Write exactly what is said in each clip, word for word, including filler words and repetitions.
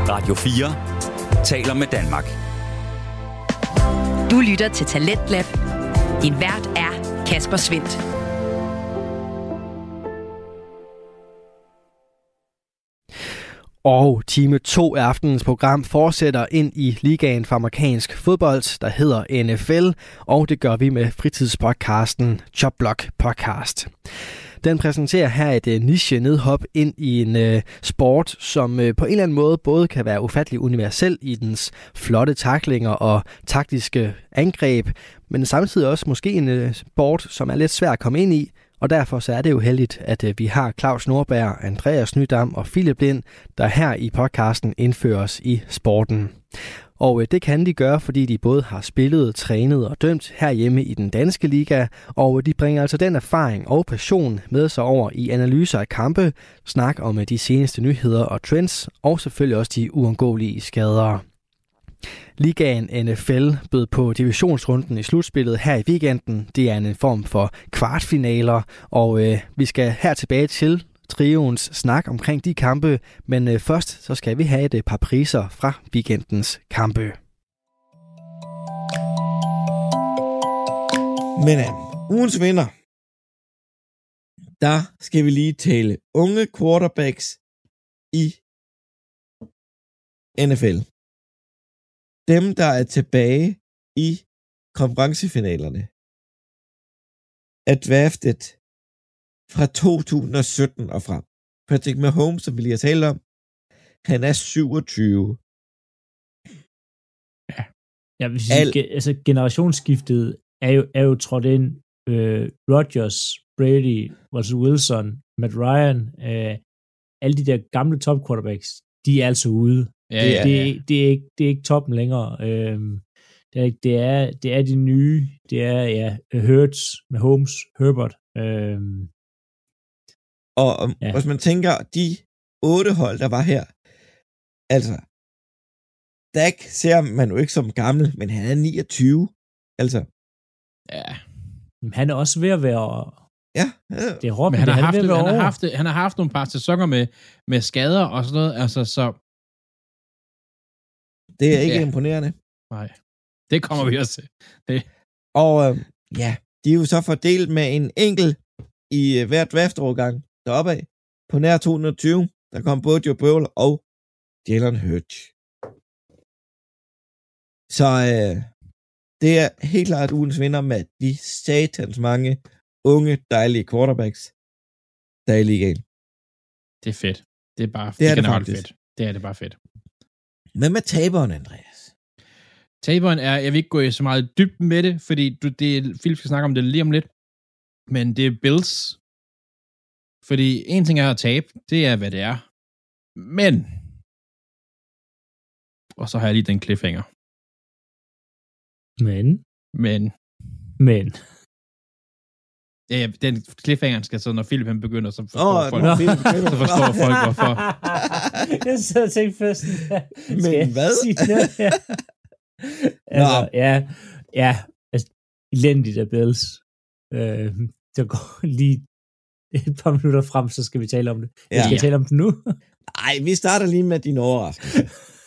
Radio fire taler med Danmark. Du lytter til Talentlab. Din vært er Kasper Svindt. Og time to af aftenens program fortsætter ind i ligaen for amerikansk fodbold, der hedder N F L, og det gør vi med fritidspodcasten Jobblock Podcast. Den præsenterer her et uh, niche-nedhop ind i en uh, sport, som uh, på en eller anden måde både kan være ufattelig universel i dens flotte tacklinger og taktiske angreb, men samtidig også måske en uh, sport, som er lidt svær at komme ind i. Og derfor så er det jo heldigt, at uh, vi har Claus Nordberg, Andreas Nydam og Philip Lind, der her i podcasten indføres i sporten. Og uh, det kan de gøre, fordi de både har spillet, trænet og dømt herhjemme i den danske liga, og de bringer altså den erfaring og passion med sig over i analyser af kampe, snak om uh, de seneste nyheder og trends, og selvfølgelig også de uundgåelige skader. Ligaen N F L bød på divisionsrunden i slutspillet her i weekenden. Det er en form for kvartfinaler, og øh, vi skal her tilbage til trioens snak omkring de kampe. Men øh, først så skal vi have et par priser fra weekendens kampe. Men øh, ugens vinder, der skal vi lige tale unge quarterbacks i N F L. Dem, der er tilbage i konferencefinalerne, er draftet fra to tusind og sytten og frem. Patrick Mahomes, som vi lige har talt om, han er syvogtyve. Ja, jeg vil sige, Al- altså generationsskiftet er jo, er jo trådt ind. Øh, Rodgers, Brady, Russell Wilson, Matt Ryan, øh, alle de der gamle top quarterbacks, de er altså ude. Ja, det, ja, det, ja. Det, er ikke, det er ikke toppen længere. Øhm, det, er, det, er, det er de nye. Det er ja, Hurts, Mahomes, Herbert. Øhm, og ja. Hvis man tænker, de otte hold, der var her, altså, Dak ser man jo ikke som gammel, men han er niogtyve. Altså. Ja. Han er også ved at være... Ja. ja. Det er hårdt, men han, det, har han, haft, han, han, har haft, han har haft nogle par sæsoner med, med skader og sådan noget, altså så... Det er ikke ja. imponerende. Nej, det kommer vi også til. Det. Og øh, ja, de er jo så fordelt med en enkelt i øh, hver draftovergang deroppe af. På nær to hundrede og tyve, der kom både Joe Burrow og Jalen Hurts. Så øh, det er helt klart ugens vinder med de satans mange unge, dejlige quarterbacks, der er i ligaen. Det er fedt. Det er bare det er det generelt faktisk. fedt. Det er det bare fedt. Men med taberen, Andreas? Taberen er, jeg vil ikke gå i så meget dybt med det, fordi du, det, Philip skal snakke om det lige om lidt, men det er Bills. Fordi en ting er at tabe, det er, hvad det er. Men, og så har jeg lige den cliffhanger. Men, men, men, ja, ja, den cliffhanger skal så, når Philip han begynder, så forstår oh, folk, no. så forstår folk, hvorfor. Jeg sad og tænkte først, men hvad? Ja. Altså, ja, ja, altså, elendigt af Bills. Øh, der går lige et par minutter frem, så skal vi tale om det. Ja. Jeg skal ja. tale om det nu. Nej, vi starter lige med din overraskelse.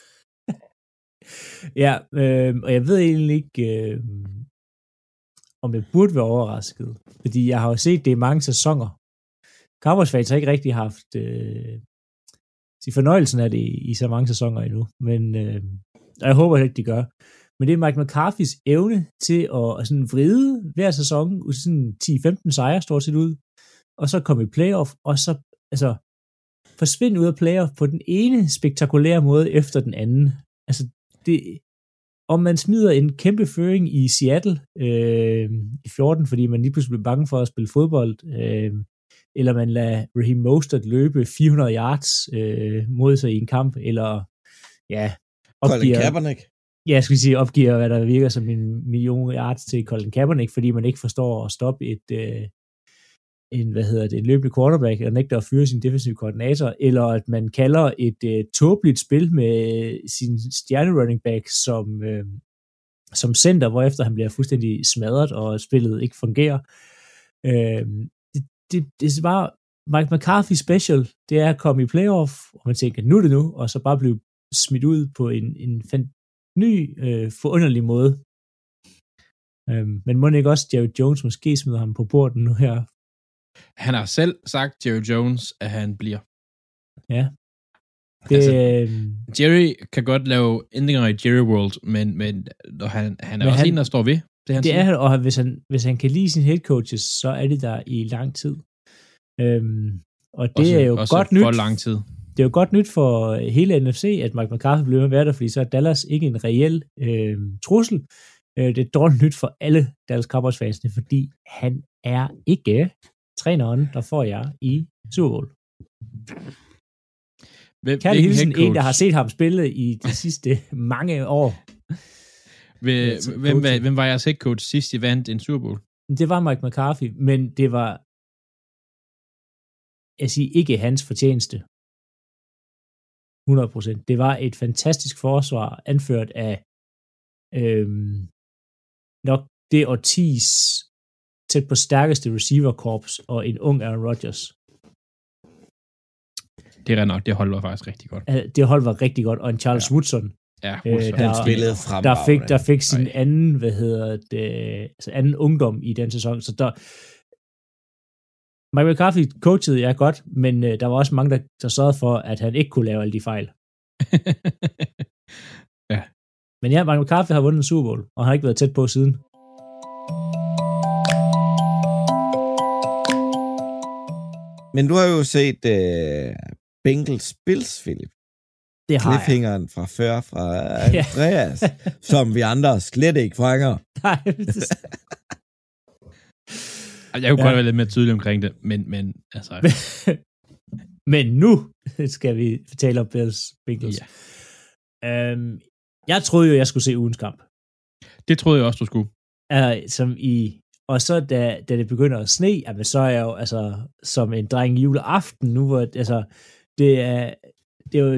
Ja, øh, og jeg ved egentlig ikke, øh, om jeg burde være overrasket, fordi jeg har jo set det i mange sæsoner. Cowboys-fans har ikke rigtig haft øh, til fornøjelsen af det i, i så mange sæsoner endnu, men øh, og jeg håber ikke, de gør. Men det er Mike McCarthy's evne til at, at sådan vride hver sæson ud sådan ti femten sejre stort set ud, og så komme i playoff, og så altså, forsvinde ud af playoff på den ene spektakulære måde efter den anden. Altså, det, om man smider en kæmpe føring i Seattle øh, i fjorten, fordi man lige pludselig bliver bange for at spille fodbold, øh, eller man lader Raheem Mostert løbe fire hundrede yards øh, mod sig i en kamp, eller ja, Colin Kaepernick. Ja, jeg skal sige, opgiver, hvad der virker som en million yards til Colin Kaepernick, fordi man ikke forstår at stoppe et, øh, en, hvad hedder det, en løbende quarterback, og nægter at fyre sin defensive koordinator, eller at man kalder et øh, tåbeligt spil med sin stjerne running back som, øh, som center, hvorefter han bliver fuldstændig smadret, og spillet ikke fungerer. Øh, det, det, det var Mike McCarthy special, det er at komme i playoff, og man tænker, nu er det nu, og så bare blive smidt ud på en, en fan- ny, øh, forunderlig måde. Øhm, men må ikke også Jerry Jones måske smider ham på porten nu her? Han har selv sagt, Jerry Jones, at han bliver. Ja. Det, altså, øh, Jerry kan godt lave ændringer i Jerry World, men, men han, han er men også han, en, der står ved. Det, han det er han, og hvis han, hvis han kan lide sine head coaches, så er det der i lang tid. Øhm, og det også, er jo også godt for nyt. lang tid. Det er jo godt nyt for hele N F C, at Mike McCarthy bliver med at være der, fordi så er Dallas ikke en reel øh, trussel. Øh, det er dårligt nyt for alle Dallas Cowboys-fansene, fordi han er ikke træneren, der får jer i Super Bowl. Kærlig hilsen, en, der har set ham spille i de sidste mange år. Hvem, hvem, hvem var jeres head coach sidst, I vandt en Super Bowl? Det var Mike McCarthy, men det var, jeg siger, ikke hans fortjeneste. hundrede procent. Det var et fantastisk forsvar, anført af øhm, nok det årtis tæt på stærkeste receiver-korps og en ung Aaron Rodgers. Det er nok, det hold var faktisk rigtig godt. Det hold var rigtig godt, og en Charles ja. Woodson, ja, Woodson. Øh, der, han spillede der fik, der fik sin Ej. anden, hvad hedder det, altså anden ungdom i den sæson, så der Mike McCarthy coachede jeg godt, men øh, der var også mange, der, der sørgede for, at han ikke kunne lave alle de fejl. ja. Men ja, Mike McCarthy har vundet en Super Bowl, og har ikke været tæt på siden. Men du har jo set uh, Bengals Bills, Philip. Det har Cliffhangeren fra før fra Andreas, ja. Som vi andre slet ikke fanger. Nej, jeg kunne ja. godt være lidt mere tydelig omkring det, men, men altså... men nu skal vi tale om Bills Bengals. Ja. Øhm, jeg troede jo, jeg skulle se ugens kamp. Det troede jeg også, du skulle. Uh, som i... Og så da, da det begynder at sne, jamen, så er jeg jo altså som en dreng i juleaften nu, hvor altså, det er, det er jo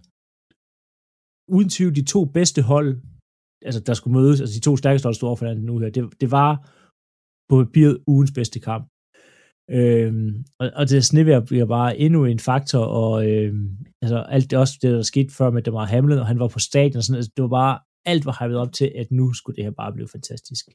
uden tvivl de to bedste hold, altså der skulle mødes, altså de to stærkeste hold stod over for hinanden nu her. Det, det var på papiret ugens bedste kamp. Øhm, og, og det snevejr bliver bare endnu en faktor, og øhm, altså alt det også, det der skete før med Damar Hamlin, og han var på stadion, og sådan, altså, det var bare, alt var hypet op til, at nu skulle det her bare blive fantastisk.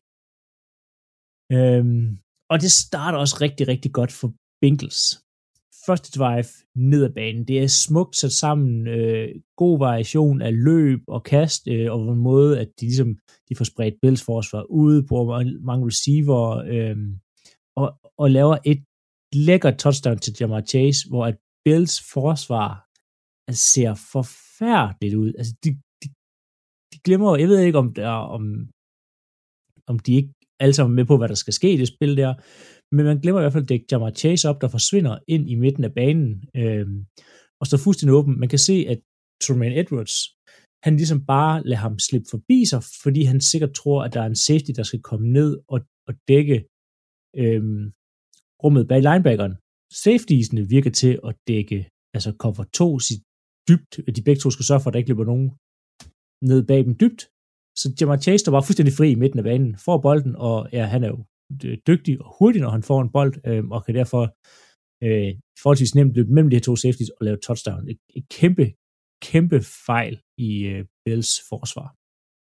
Øhm, og det starter også rigtig, rigtig godt for Bengals. Første drive ned ad banen, det er smukt sat sammen, øh, god variation af løb og kast, øh, og på en måde, at de ligesom, de får spredt Bills forsvar ud, bruger mange receiver, øh, og, og laver et lækkert touchdown til Jamar Chase, hvor at Bills forsvar altså, ser forfærdeligt ud. Altså, de, de, de glemmer, jeg ved ikke, om, der, om, om de ikke alle sammen med på, hvad der skal ske i det spil der, men man glemmer i hvert fald at dække Jamar Chase op, der forsvinder ind i midten af banen, øh, og står fuldstændig åben. Man kan se, at Tremaine Edwards, han ligesom bare lader ham slippe forbi sig, fordi han sikkert tror, at der er en safety, der skal komme ned og, og dække øh, rummet bag linebackeren. Safetiesne virker til at dække, altså cover to sit dybt, de begge to skal sørge for, at der ikke løber nogen ned bag dem dybt. Så Jamar Chase, der var fuldstændig fri i midten af banen, får bolden, og ja, han er jo dygtig og hurtig, når han får en bold, øh, og kan derfor øh, forholdsvis nemt løbe mellem de her to safeties og lave touchdown. Et, et kæmpe, kæmpe fejl i øh, Bills forsvar.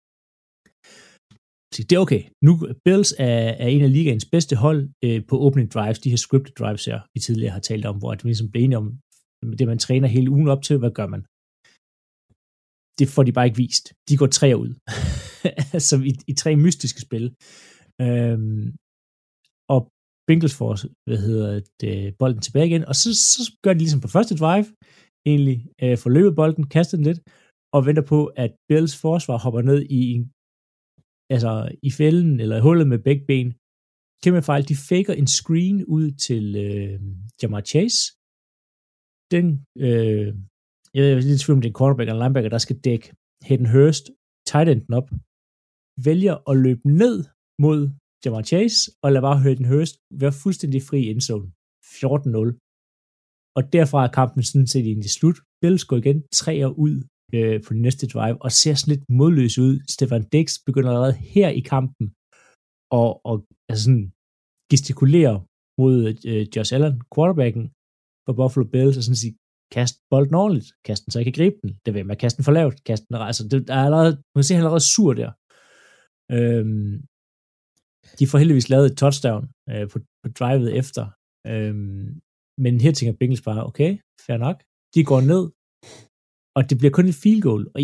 Så det er okay. Nu, Bills er, er en af ligaens bedste hold øh, på opening drives, de her scripted drives her, vi tidligere har talt om, hvor vi ligesom blev enige om, det man træner hele ugen op til, hvad gør man? Det får de bare ikke vist. De går tre ud. Som i, i tre mystiske spil. Øhm, og Bengals får, hvad hedder det, bolden tilbage igen, og så, så gør de ligesom på første drive, egentlig øh, får løbet bolden, kaster den lidt, og venter på, at Bills forsvar hopper ned i en, altså i fælden, eller hullet med begge ben. Kæmpe fejl. De faker en screen ud til øh, Jamar Chase. Den, øh, jeg er lidt tvivl om, det er en cornerback eller linebacker, der skal dække Hayden Hurst, tight enden op, vælger at løbe ned mod Jamar Chase, og lader bare Hayden Hurst være fuldstændig fri i endzone. fjorten nul. Og derfra er kampen sådan set egentlig slut. Bills går igen treer ud øh, på den næste drive, og ser sådan lidt modløs ud. Stefan Diggs begynder allerede her i kampen, og, og altså sådan, gestikulere mod øh, Josh Allen, quarterbacken for Buffalo Bills, og sådan sige, kaste bolden ordentligt, kaste den, så jeg kan gribe den, det vil med at kaste den for lavt, kaste den, altså, det er allerede, man kan se, han er allerede sur der. Øhm, de får heldigvis lavet et touchdown øh, på, på drivet efter, øhm, men her tænker Bengals bare, okay, fair nok, de går ned, og det bliver kun et field goal, og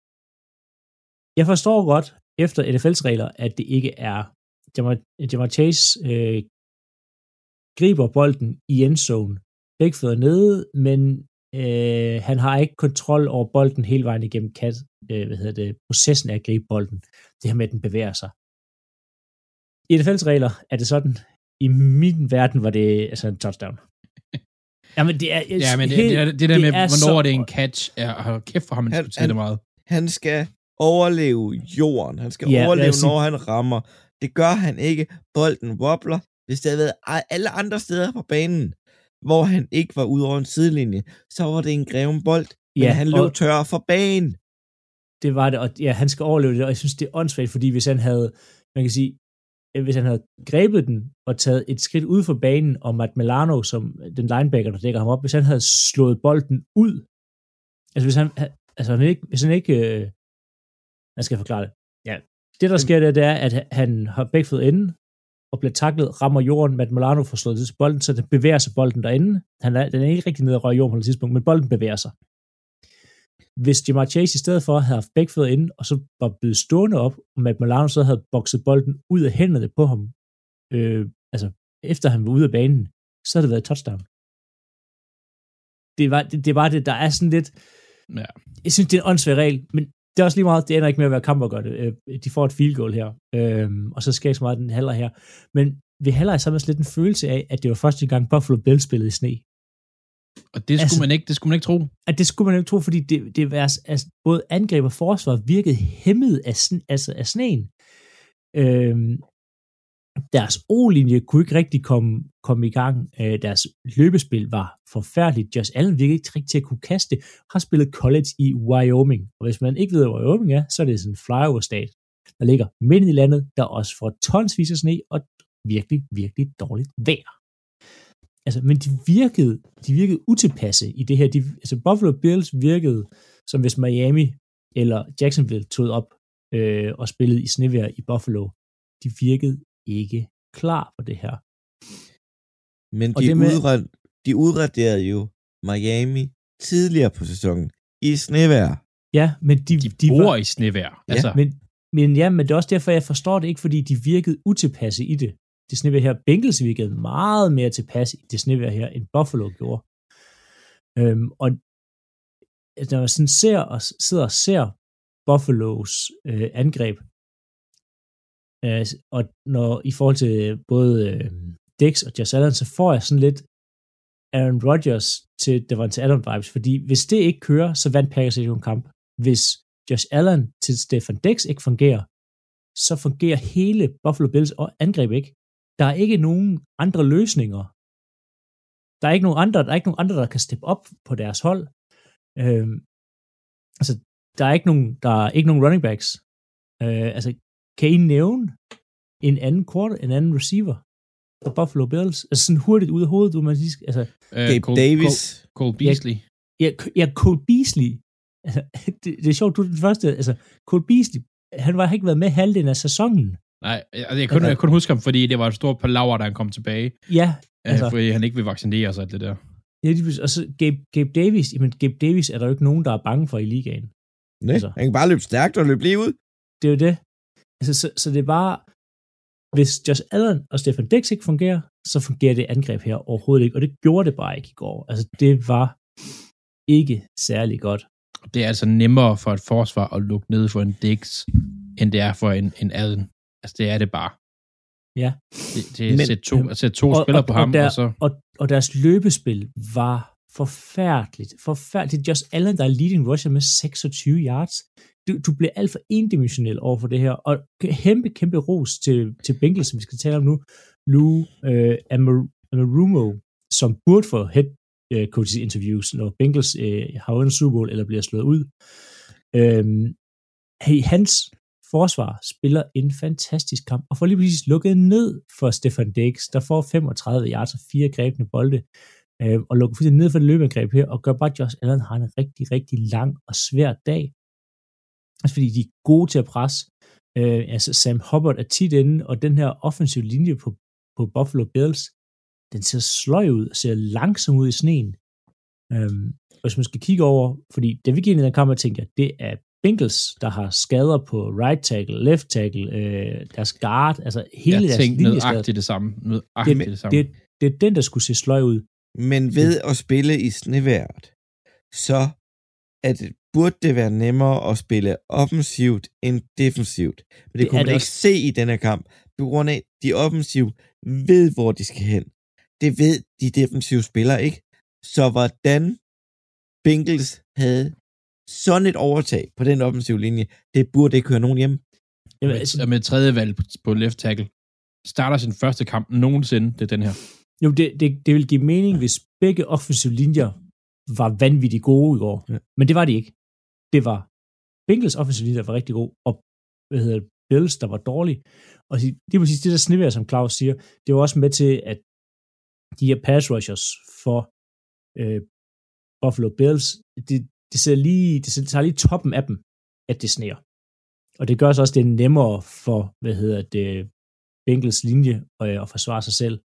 jeg forstår godt, efter N F L's regler, at det ikke er, Jamar, Jamar Chase øh, griber bolden i endzone, begge fødder nede, men øh, han har ikke kontrol over bolden hele vejen igennem kat, øh, hvad hedder det, processen af at gribe bolden, det her med, at den bevæger sig. I N F L's regler er det sådan, i min verden var det altså en touchdown. Jamen det er... Ja, men det, helt, det, det, det der det med, hvornår så, det er en catch, er, hold kæft for ham, han diskuterer det meget. Han skal overleve jorden. Han skal ja, overleve, når han rammer. Det gør han ikke. Bolden wobbler. Hvis det havde været alle andre steder på banen, hvor han ikke var ude over en sidelinje, så var det en greven bold, men ja, han løb tør for banen. Det var det, og ja, han skal overleve det, og jeg synes, det er åndssvagt, fordi hvis han havde, man kan sige, hvis han havde grebet den og taget et skridt ud for banen, og Matt Milano, som den linebacker, der dækker ham op, hvis han havde slået bolden ud, altså hvis han, altså han ikke, hvis han ikke, øh, jeg skal forklare det, ja, det der sker der, det er, at han har begge fået enden, og bliver taklet, rammer jorden, Matt Milano får slået til bolden, så den bevæger sig bolden derinde. Han er, den er ikke rigtig nede og rører jorden på et tidspunkt, men bolden bevæger sig. Hvis Jamar Chase i stedet for havde haft begge fødder inde, og så var blevet stående op, og Matt Milano så havde bokset bolden ud af hænderne på ham, øh, altså efter han var ude af banen, så havde det været et touchdown. Det var det, det, var det der er sådan lidt, ja. Jeg synes, det er en åndssvag regel, men det er også lige meget, det ender ikke med at være kamp at gøre det. De får et field goal her, øhm, og så sker ikke så meget den halvleg her. Men ved halvleg så er der lidt en følelse af, at det var første gang Buffalo Bills spillede i sne. Og det skulle altså, man ikke, det skulle man ikke tro. At det skulle man ikke tro, fordi det, det var, altså, både angreb og forsvar virkede hæmmet af, altså af sneen. Øhm, deres O-linje kunne ikke rigtig komme, komme i gang. Øh, deres løbespil var forfærdeligt. Josh Allen virkede ikke rigtig til at kunne kaste. Har spillet college i Wyoming. Og hvis man ikke ved, hvor Wyoming er, så er det sådan en flyover-stat, der ligger midt i landet, der også får tonsvis af sne og virkelig, virkelig dårligt vejr. Altså, men de virkede, de virkede utilpasse i det her. De, altså, Buffalo Bills virkede, som hvis Miami eller Jacksonville tog op øh, og spillede i snevejr i Buffalo. De virkede ikke klar for det her. Men de, med, udret, de udraderede jo Miami tidligere på sæsonen i snevejr. Ja, men de, de, de bor var, i snevejr. Ja, altså. men, men ja, men det er også derfor, jeg forstår det ikke, fordi de virkede utilpasse i det. Det snevejr her, Bengals virkede meget mere tilpasse i det snevejr her, end Buffalo gjorde. Øhm, og når man sådan ser og sidder og ser Buffalos øh, angreb, øh, og når i forhold til både øh, Dix og Josh Allen, så får jeg sådan lidt Aaron Rodgers til Davante Adams vibes, fordi hvis det ikke kører, så vandt Packers ikke en kamp. Hvis Josh Allen til Stefan Dix ikke fungerer, så fungerer hele Buffalo Bills og angreb ikke. Der er ikke nogen andre løsninger. Der er ikke nogen andre, der er ikke nogen andre, der kan steppe op på deres hold. Øhm, altså, der er ikke nogen, der er ikke nogen running backs. Øh, altså, kan I nævne en anden quarter, en anden receiver for Buffalo Bills? Altså, sådan hurtigt ud af hovedet, du man siger, altså. Uh, Gabe Cole, Davis. Cole, Cole Beasley. Ja, ja, Cole Beasley. Altså, det, det er sjovt, du er den første, altså, Cole Beasley, han var ikke været med halvdelen af sæsonen. Nej, altså, jeg, kunne, jeg kunne huske ham, fordi det var et stort palaver, da han kom tilbage. Ja. Altså. Fordi han ikke vil vaccinere sig, det der. Ja, og så Gabe, Gabe Davis, jamen Gabe Davis er der jo ikke nogen, der er bange for i ligaen. Nej, altså. Han kan bare løbe stærkt og løbe lige ud. Det er jo det. Altså, så, så det er bare, hvis Josh Allen og Stefan Dix ikke fungerer, så fungerer det angreb her overhovedet ikke, og det gjorde det bare ikke i går. Altså, det var ikke særlig godt. Det er altså nemmere for et forsvar at lukke ned for en Dix, end det er for en, en Allen. Altså, det er det bare. Ja. Det, det er sæt to, altså, to og, spillere og, på ham, og, der, og så... Og, og deres løbespil var forfærdeligt. Forfærdeligt. Josh Allen, der er leading rusher med seksogtyve yards. Du, du bliver alt for endimensionel over for det her. Og kæmpe, kæmpe ros til, til Bengals, som vi skal tale om nu. Lou øh, Anarumo, som burde få head øh, coaches interviews, når Bengals øh, har vundet Super Bowl eller bliver slået ud. Øh, hans forsvar spiller en fantastisk kamp, og får lige præcis lukket ned for Stefan Diggs, der får femogtredive yards og fire grebne bolde. øh, og lukker fuldstændig ned for det løbeangreb her, og gør bare, at Josh Allen har en rigtig, rigtig lang og svær dag. Altså fordi de er gode til at presse. Øh, altså Sam Hubbard er tit inde, og den her offensive linje på, på Buffalo Bills, den ser sløj ud, og ser langsom ud i sneen. Øhm, hvis man skal kigge over, fordi da vi gik ind i den kamp, jeg tænkte, at det er Bengals, der har skader på right tackle, left tackle, øh, deres guard, altså hele jeg deres linje noget agtigt det samme. Noget agtigt det, det samme. Det, det er den, der skulle se sløj ud. Men ved at spille i sneværet, så at burde det være nemmere at spille offensivt end defensivt. Men det, det kunne man ikke også se i denne kamp, på grund af, de offensive ved, hvor de skal hen. Det ved de defensive spillere ikke. Så hvordan Bengals havde sådan et overtag på den offensive linje, det burde ikke køre nogen hjem. Jamen, altså, med tredje valg på, på left tackle, starter sin første kamp nogensinde, det er den her. Jo, det, det, det vil give mening, hvis begge offensive linjer var vanvittigt gode i går. Ja. Men det var de ikke. Det var Bengals offensive linjer, der var rigtig god, og hvad hedder det, Bills, der var dårlig. Og det er præcis det der snevær, som Claus siger, det var også med til, at de her pass rushers for øh, Buffalo Bills, det, det ser lige, det tager lige toppen af dem, at det sneer. Og det gør så også, det er nemmere for, hvad hedder det, Bengals linje at, at forsvare sig selv.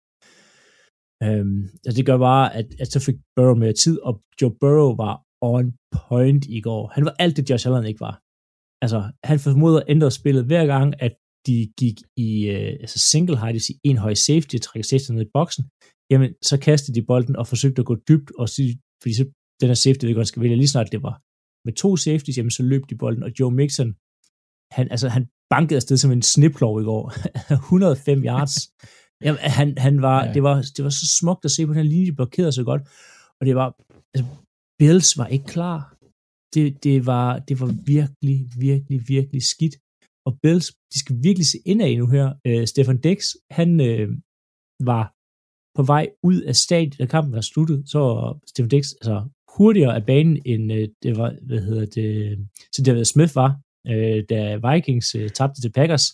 Øhm, altså det gør bare, at, at så fik Burrow mere tid, og Joe Burrow var on point i går. Han var alt det, Josh Allen ikke var. Altså, han formoder at ændre spillet hver gang, at de gik i øh, altså single high, det vil sige en høj safety, trækker safety ned i boksen, jamen, så kastede de bolden og forsøgte at gå dybt, og sige, fordi så den her safety, det skal vælge lige snart det var med to safeties, jamen, så løb de bolden, og Joe Mixon, han, altså, han bankede afsted som en sniplov i går. et hundrede og fem yards. Jamen, han, han var, ja. det, var, det var så smukt at se på den her linje, de blokerede så godt, og det var, altså, Bills var ikke klar. Det, det, var, det var virkelig, virkelig, virkelig skidt. Og Bills, de skal virkelig se indad nu her. Uh, Stefan Dix, han uh, var på vej ud af stadion, da kampen var sluttet, så var Stefan Dix altså, hurtigere af banen, end uh, det var, hvad hedder det, så David Smith var, uh, da Vikings uh, tabte til Packers.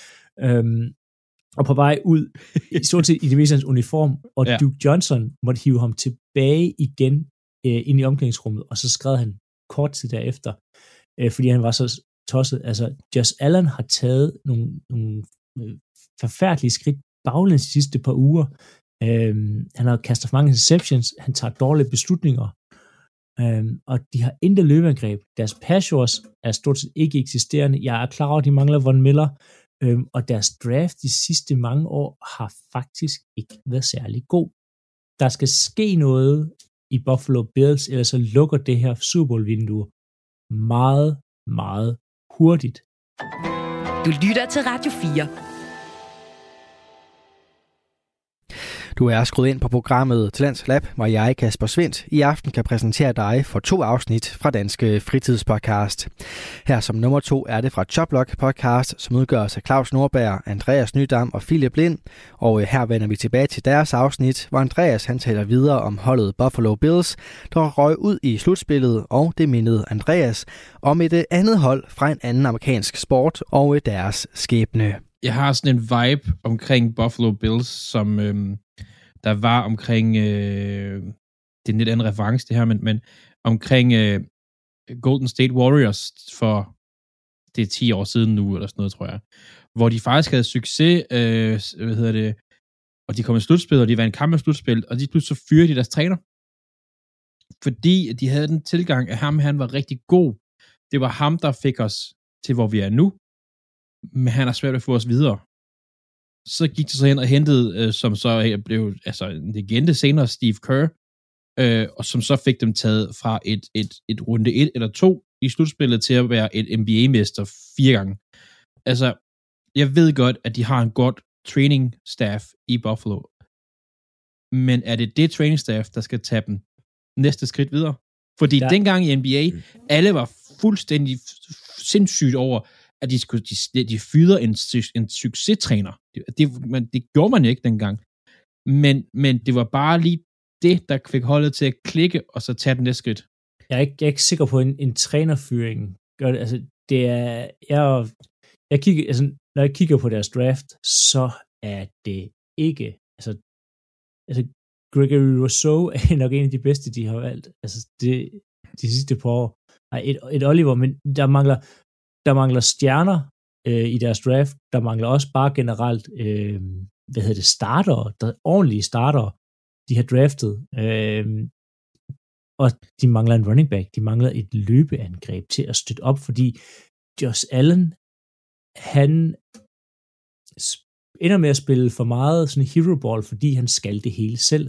Um, og på vej ud, stort set i det meste uniform, og ja. Duke Johnson måtte hive ham tilbage igen uh, ind i omklædningsrummet, og så skrev han kort tid derefter, uh, fordi han var så tosset. Altså, Josh Allen har taget nogle, nogle forfærdelige skridt baglæns de sidste par uger. Øhm, han har kastet for mange interceptions, han tager dårlige beslutninger, øhm, og de har intet løbeangreb. Deres pass rush er stort set ikke eksisterende. Jeg er klar over, at de mangler Von Miller, øhm, og deres draft de sidste mange år har faktisk ikke været særlig god. Der skal ske noget i Buffalo Bills, ellers så lukker det her Super Bowl-vindue meget, meget hurtigt. Du lytter til Radio fire. Du er skruet ind på programmet Talents Lab, hvor jeg, Kasper Svindt, i aften kan præsentere dig for to afsnit fra Danske Fritidspodcast. Her som nummer to er det fra Choplock Podcast, som udgøres af Claus Nordberg, Andreas Nydam og Philip Lind. Og her vender vi tilbage til deres afsnit, hvor Andreas han taler videre om holdet Buffalo Bills, der røg ud i slutspillet, og det mindede Andreas om et andet hold fra en anden amerikansk sport og deres skæbne. Jeg har sådan en vibe omkring Buffalo Bills, som øhm, der var omkring, øh, det er en lidt anden reference det her, men, men omkring øh, Golden State Warriors for, det er ti år siden nu, eller sådan noget, tror jeg, hvor de faktisk havde succes, øh, hvad hedder det, og de kom i slutspil, og de var en kamp i slutspil, og de pludselig så fyrede de deres træner, fordi de havde den tilgang, at ham, han var rigtig god. Det var ham, der fik os til, hvor vi er nu, men han har svært at få os videre. Så gik de så hen og hentede, øh, som så blev altså en legende senere, Steve Kerr, øh, og som så fik dem taget fra et, et, et runde et eller to i slutspillet til at være et N B A-mester fire gange. Altså, jeg ved godt, at de har en godt training staff i Buffalo, men er det det training staff, der skal tage dem næste skridt videre? Fordi ja. dengang i N B A, alle var fuldstændig sindssygt over, at de, skulle, de, de fyrede en, en succestræner. Det, det, man, det gjorde man ikke dengang. Men, men det var bare lige det, der fik holdet til at klikke, og så tage den næste skridt. Jeg er ikke, jeg er ikke sikker på en, en trænerfyring. Gør det, altså, det er, jeg, jeg kigger, altså, når jeg kigger på deres draft, så er det ikke, altså, altså Gregory Rousseau er nok en af de bedste, de har valgt. Altså, det, de sidste par år. Nej, et, et Oliver, men der mangler, der mangler stjerner øh, i deres draft. Der mangler også bare generelt, øh, hvad hedder det, starter, der ordentlige starter, de har draftet. Øh, og de mangler en running back. De mangler et løbeangreb til at støtte op, fordi Josh Allen, han ender med at spille for meget sådan hero ball, fordi han skal det hele selv.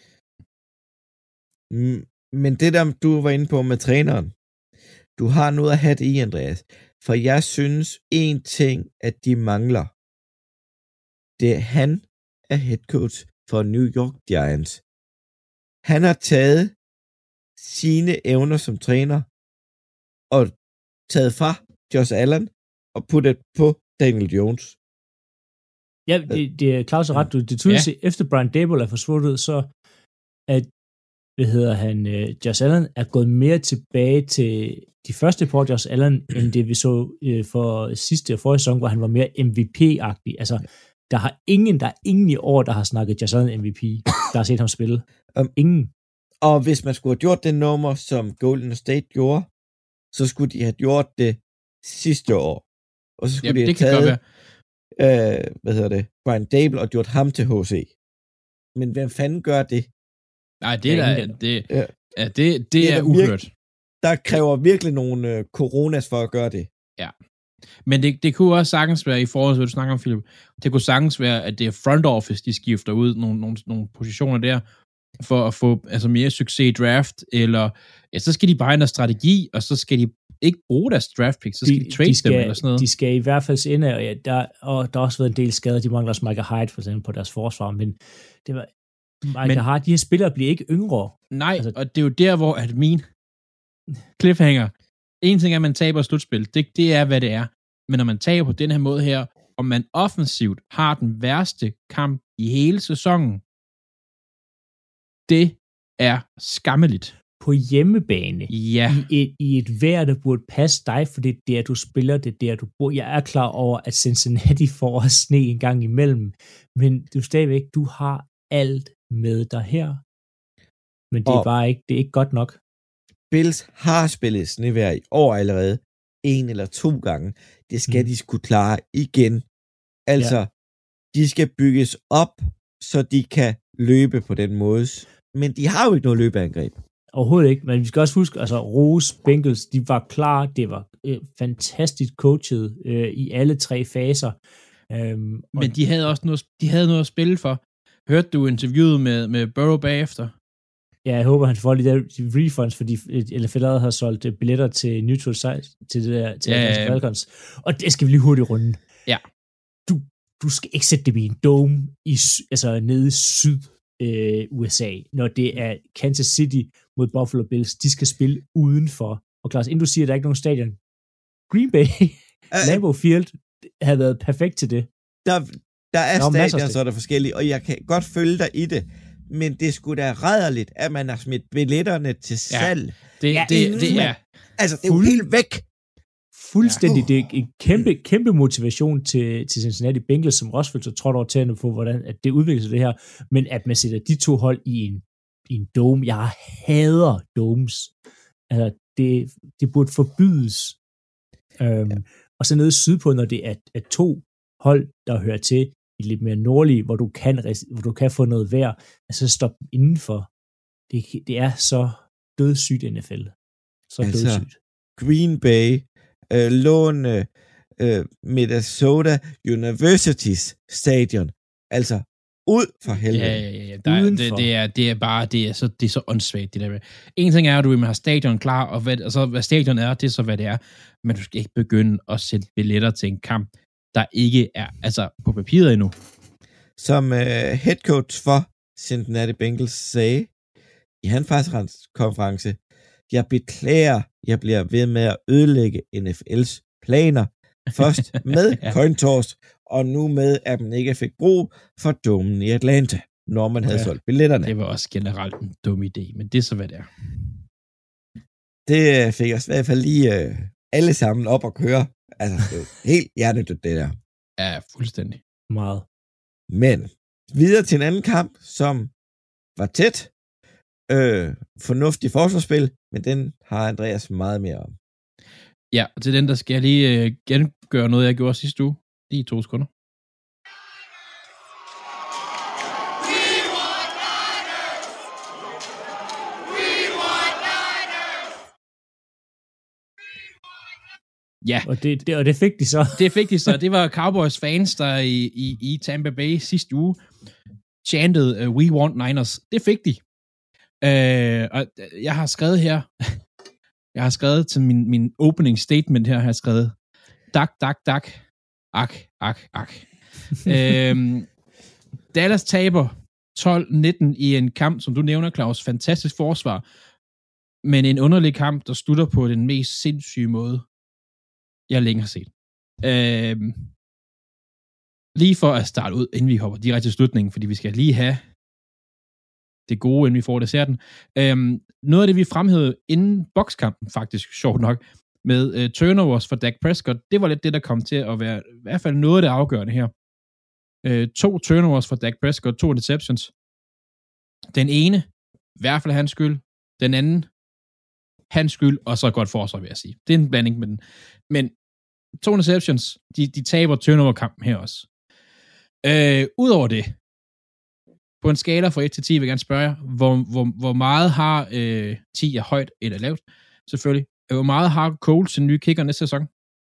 Mm, men det der, du var inde på med træneren, du har noget at have det i, Andreas. For jeg synes, en ting, at de mangler, det er, han er head coach for New York Giants. Han har taget sine evner som træner og taget fra Josh Allen og puttet på Daniel Jones. Ja, det, det er Claus ret. Det er tydeligt, ja. Efter Brian Daboll er forsvundet, så at, hvad hedder han, uh, Josh Allen er gået mere tilbage til de første på Josh Allen, end det vi så uh, for sidste og forrige sæson, hvor han var mere M V P-agtig. Altså, der har ingen, der er ingen i år, der har snakket Josh Allen M V P, der har set ham spille. Um, ingen. Og hvis man skulle have gjort det nummer, som Golden State gjorde, så skulle de have gjort det sidste år. Og så skulle Jamen, de have taget, øh, hvad hedder det, Brian Daboll og gjort ham til H C. Men hvem fanden gør det? Nej, det er der, det, ja. Ja, det, det, det er, er uhørt. Der kræver virkelig nogle øh, coronas for at gøre det. Ja. Men det, det kunne også sagtens være, i forhold til, hvad du snakker om, Philip, det kunne sagtens være, at det er front office, de skifter ud nogle, nogle, nogle positioner der, for at få altså mere succes i draft, eller ja, så skal de bare ændre strategi, og så skal de ikke bruge deres draft picks, så skal de, de trade de skal, dem eller sådan noget. De skal i hvert fald ind, og, ja, der, og der har også været en del skader, de mangler også Micah Hyde for eksempel på deres forsvar, men det var, Micah Hyde, de her spillere bliver ikke yngre. Nej, altså, og det er jo der, hvor at min cliffhanger, en ting er, at man taber slutspil, det, det er, hvad det er, men når man taber på den her måde her, og man offensivt har den værste kamp i hele sæsonen, det er skammeligt. På hjemmebane. Ja. I et, i et vejr, der burde passe dig, for det er der, du spiller, det er der, du bor. Jeg er klar over, at Cincinnati får også sne en gang imellem, men du stadigvæk, du har alt med dig her. Men det og er bare ikke, det er ikke godt nok. Bills har spillet snevejr i år allerede, en eller to gange. Det skal mm. de skulle klare igen. Altså, ja. De skal bygges op, så de kan løbe på den måde. Men de har jo ikke noget løbeangreb. Overhovedet ikke, men vi skal også huske, altså Rose, Bengals, de var klar, det var øh, fantastisk coachet øh, i alle tre faser. Øhm, men de havde også noget, de havde noget at spille for. Hørte du interviewet med, med Burrow bagefter? Ja, jeg håber, han får de der refunds, fordi N F L havde solgt billetter til neutral site, til det der, til ja, ja. Falcons. Og det skal vi lige hurtigt runde. Ja. Du, du skal ikke sætte dem i en dome, i, altså nede i syd øh, U S A, når det er Kansas City mod Buffalo Bills. De skal spille udenfor. Og Claus, inden du siger, at der er ikke nogen stadion, Green Bay, uh, Lambeau Field, havde været perfekt til det. Der, der er der stadion, så er der forskellige, og jeg kan godt følge dig i det, men det skulle da rædderligt, at man har smidt billetterne til salg. Ja, det, ja, det, det, det er... Altså, det er jo helt væk. Fuldstændig. Ja. Det er en kæmpe, kæmpe motivation til, til Cincinnati Bengals, som også følte sig trådt over tæerne på, hvordan at det udvikler sig det her, men at man sætter de to hold i en, i en dome. Jeg hader domes. Altså, det, det burde forbydes. Øhm, ja. Og så nede sydpå, når det er, er to hold, der hører til i lidt mere nordlige, hvor du kan, hvor du kan få noget vejr, altså stop dem indenfor. Det, det er så dødssygt N F L. Så altså, dødssygt. Green Bay øh, låne øh, Minnesota Universitys stadion. Altså, ud for helvede. Ja, ja, ja. Der er, det, det, er, det er bare, det er så, det er så åndssvagt, det der. En ting er, at du vil have stadion klar, og hvad, altså, hvad stadion er, det er så, hvad det er. Men du skal ikke begynde at sætte billetter til en kamp, der ikke er, altså, på papiret endnu. Som øh, head coach for Cincinnati Bengals sagde i hans pressekonference, jeg beklager, jeg bliver ved med at ødelægge N F L's planer. Først med ja. coin toss, og nu med, at man ikke fik brug for domen i Atlanta, når man havde ja. solgt billetterne. Det var også generelt en dum idé, men det er så, hvad det er. Det fik os i hvert fald lige øh, alle sammen op at køre. Altså, det er helt hjernedødt, det der. Ja, fuldstændig. Meget. Men videre til en anden kamp, som var tæt. Øh, fornuftig forsvarsspil, men den har Andreas meget mere om. Ja, og til den, der skal jeg lige øh, gengøre noget, jeg gjorde sidste uge. Lige to sekunder. Ja. Og det, det, og det fik de så. Det fik de så. Det var Cowboys fans, der i, i, i Tampa Bay sidste uge chantede, uh, we want Niners. Det fik de. Uh, og jeg har skrevet her, jeg har skrevet til min, min opening statement her, har jeg skrevet, dak, dak, dak, ak, ak, ak. uh, Dallas taber tolv nitten i en kamp, som du nævner, Claus, fantastisk forsvar, men en underlig kamp, der slutter på den mest sindssyge måde, jeg længe har set. Øh, lige for at starte ud, inden vi hopper direkte til slutningen, fordi vi skal lige have det gode, inden vi får desserten. Øh, noget af det, vi fremhævede inden bokskampen, faktisk, sjovt nok, med øh, turnovers for Dak Prescott, det var lidt det, der kom til at være i hvert fald noget af det afgørende her. Øh, to turnovers for Dak Prescott, to interceptions. Den ene, i hvert fald hans skyld. Den anden, hans skyld, og så et godt forsvar, vil jeg sige. Det er en blanding med den. Men to interceptions, de, de taber turnover-kampen her også. Øh, Udover det, på en skala fra et til ti, vil jeg gerne spørge jer, hvor, hvor, hvor meget har øh, ti er højt eller lavt, selvfølgelig. Hvor meget har Coles en ny kicker næste sæson?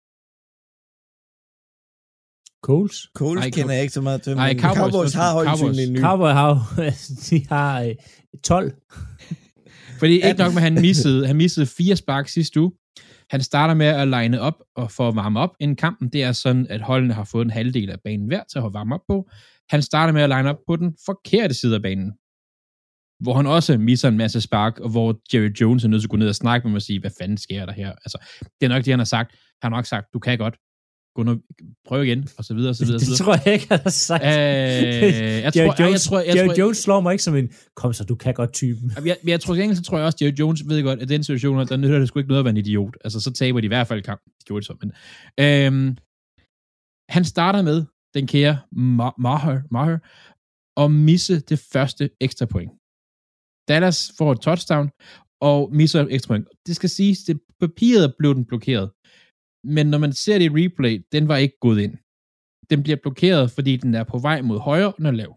Coles? Coles Nej, kender jeg ikke så meget til, Nej, men Cowboys, Cowboys har højt Cowboys. en ny. Cowboy har jo, de har øh, tolv. Fordi ikke nok med, at han missede, han missede fire spark sidste uge. Han starter med at line op og få varme op inden kampen. Det er sådan, at holdene har fået en halvdel af banen hver til at varme op på. Han starter med at line op på den forkerte side af banen, hvor han også misser en masse spark, og hvor Jerry Jones er nødt til at gå ned og snakke med mig og sige, hvad fanden sker der her? Altså, det er nok det, han har sagt. Han har nok sagt, du kan godt. Gå nu, prøv igen, og så videre, og så videre. Det tror jeg ikke, han har sagt. Øh, jeg Jerry tror, Jones, jeg tror, jeg Jerry tror, Jones slår mig ikke som en, kom så, du kan godt typen. Jeg, jeg tror ikke, så tror jeg også, Jerry Jones ved godt, at den situation, der nytter det sgu ikke noget at være en idiot. Altså, så taber de i hvert fald kampen. De gjorde det så, men... Øhm, han starter med den kære Maher, Maher og misse det første ekstra point. Dallas får et touchdown og misser et ekstra point. Det skal siges, det papiret blev den blokeret. Men når man ser det i replay, den var ikke gået ind. Den bliver blokeret, fordi den er på vej mod højre, og den er lav.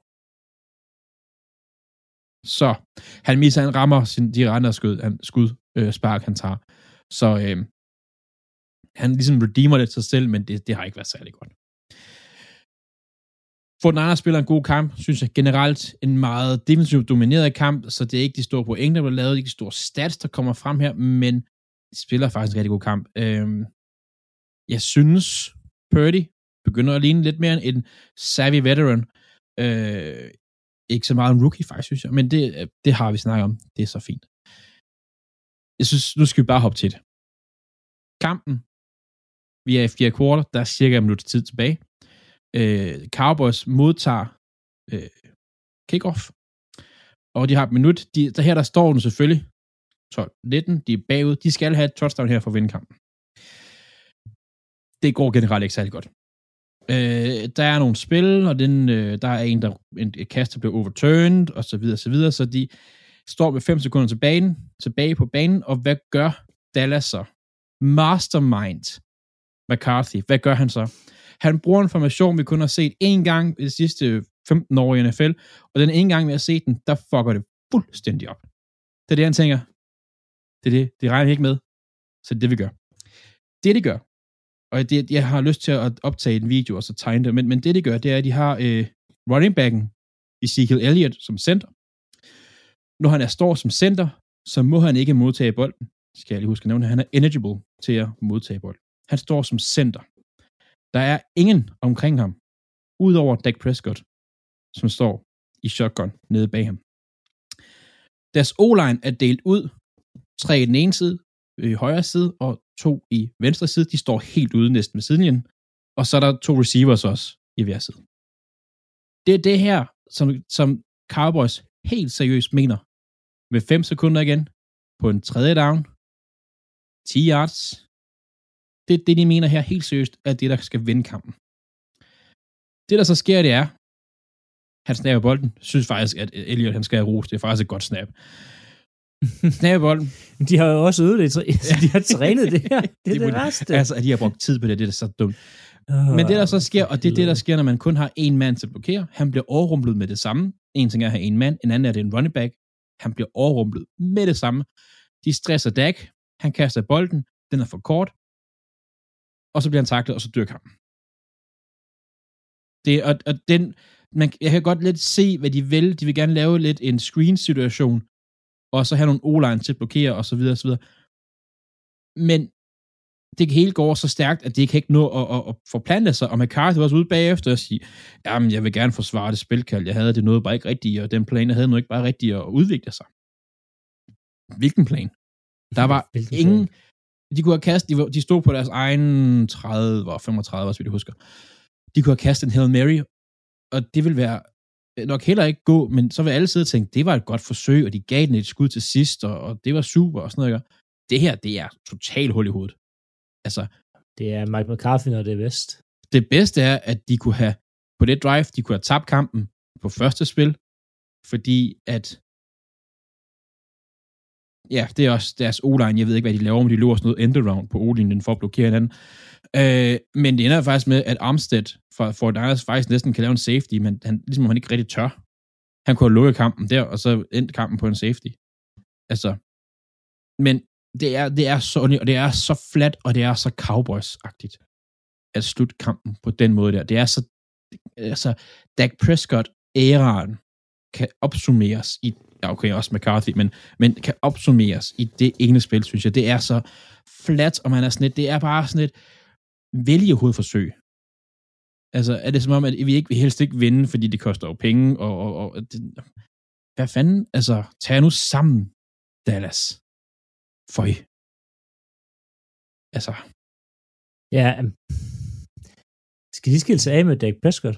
Så han misser, han rammer sin, de andre skud, han, skud øh, spark, han tager. Så øh, han ligesom redeemer det sig selv, men det, det har ikke været særlig godt. Fortnite spiller en god kamp, synes jeg generelt en meget defensivt domineret kamp, så det er ikke de store point, der bliver lavet, ikke de store stats, der kommer frem her, men de spiller faktisk en rigtig god kamp. Øh, jeg synes, Purdy begynder at ligne lidt mere end en savvy veteran. Øh, ikke så meget en rookie, faktisk, synes jeg, men det, det har vi snakket om. Det er så fint. Jeg synes, nu skal vi bare hoppe til det. Kampen, vi er i fjerde kvartal, der er cirka en minut tid tilbage. Øh, Cowboys modtager øh, kickoff, og de har et minut. De, der her, der står den selvfølgelig tolv nitten, de er bagud. De skal have et touchdown her for at vinde kampen. Det går generelt ikke særlig godt. Øh, der er nogle spil, og den, øh, der er en, der en, et kast, der bliver overturned, og så videre, så videre, så de står med fem sekunder til banen, tilbage på banen, og hvad gør Dallas så? Mastermind McCarthy, hvad gør han så? Han bruger en formation, vi kun har set én gang i de sidste femten år i N F L, og den ene gang, vi har set den, der fucker det fuldstændig op. Det er det, han tænker. Det er det, det regner vi ikke med, så det er det, vi gør. Det, de gør, og det, jeg har lyst til at optage en video og så tegne det, men, men det, de gør, det er, at de har øh, running backen Ezekiel Elliott som center. Når han er står som center, så må han ikke modtage bolden. Skal jeg lige huske at nævne, han er eligible til at modtage bolden. Han står som center. Der er ingen omkring ham, udover Dak Prescott, som står i shotgun nede bag ham. Deres O-line er delt ud. Tre i den ene side, i højre side, og to i venstre side. De står helt ude næsten ved sidelinjen. Og så er der to receivers også i hver side. Det er det her, som, som Cowboys helt seriøst mener. Med fem sekunder igen, på en tredje down, ti yards. Det er det, de mener her helt seriøst, at det, der skal vinde kampen. Det, der så sker, det er, Han snapper bolden. Synes faktisk, at Elliot, han skal have ros. Det er faktisk et godt snap. Snapper bolden. De har jo også øvet det. De har trænet det her. Det er de det må, værste. Altså, at de har brugt tid på det, det er så dumt. Uh, Men det, der så sker, og det er det, der sker, når man kun har en mand til at blokere, han bliver overrumplet med det samme. En ting er at have en mand, en anden er det en running back. Han bliver overrumplet med det samme. De stresser Dak. Han kaster bolden. Den er for kort. Og så bliver han taklet, og så dør kampen. Det, og, og den, man, jeg kan godt lidt se, hvad de vil. De vil gerne lave lidt en screen-situation, og så have nogle O-line til at blokere, og så videre, og så videre. Men det hele går så stærkt, at det kan ikke nå at, at, at forplante sig, og McCarthy var også ude bagefter og sige, jamen, jeg vil gerne forsvare det spilkald, jeg havde det noget bare ikke rigtigt, og den plan, jeg havde noget ikke bare rigtigt at udvikle sig. Hvilken plan? Der var Hvilken ingen, plan? De kunne have kastet, de, de stod på deres egen tredive, femogtredive, hvis vi det husker. De kunne have kastet en Hail Mary, og det vil være nok heller ikke gå, men så vil alle sidde og tænke, det var et godt forsøg, og de gav den et skud til sidst, og, og det var super, og sådan noget. Det her, det er totalt hul i hovedet. Altså, det er Mike McCarthy, når det er bedst. Det bedste er, at de kunne have, på det drive, de kunne have tabt kampen på første spil, fordi at, ja, det er også deres O-line, jeg ved ikke, hvad de laver, men de løber sådan noget end-around på O-linjen for at blokere hinanden. Øh, men det ender faktisk med, at Armstead fra Fort Niners faktisk næsten kan lave en safety, men han, ligesom han ikke rigtig tør. Han kunne have lukket kampen der, og så endte kampen på en safety. Altså, men det er, det er så, og det er så flat, og det er så Cowboys-agtigt at slutte kampen på den måde der. Det er så, altså, Dak Prescott-æraen kan opsummeres i, ja okay, også McCarthy, men, men kan opsummeres i det ene spil, synes jeg. Det er så flat, og man er sådan et, det er bare sådan et vælgehovedforsøg. Altså, er det som om, at vi ikke vil helst ikke vinde, fordi det koster jo penge, og, og, og det, hvad fanden? Altså, tag nu sammen, Dallas. Føj. Altså. Ja, um, skal de skille sig af med Dak Prescott?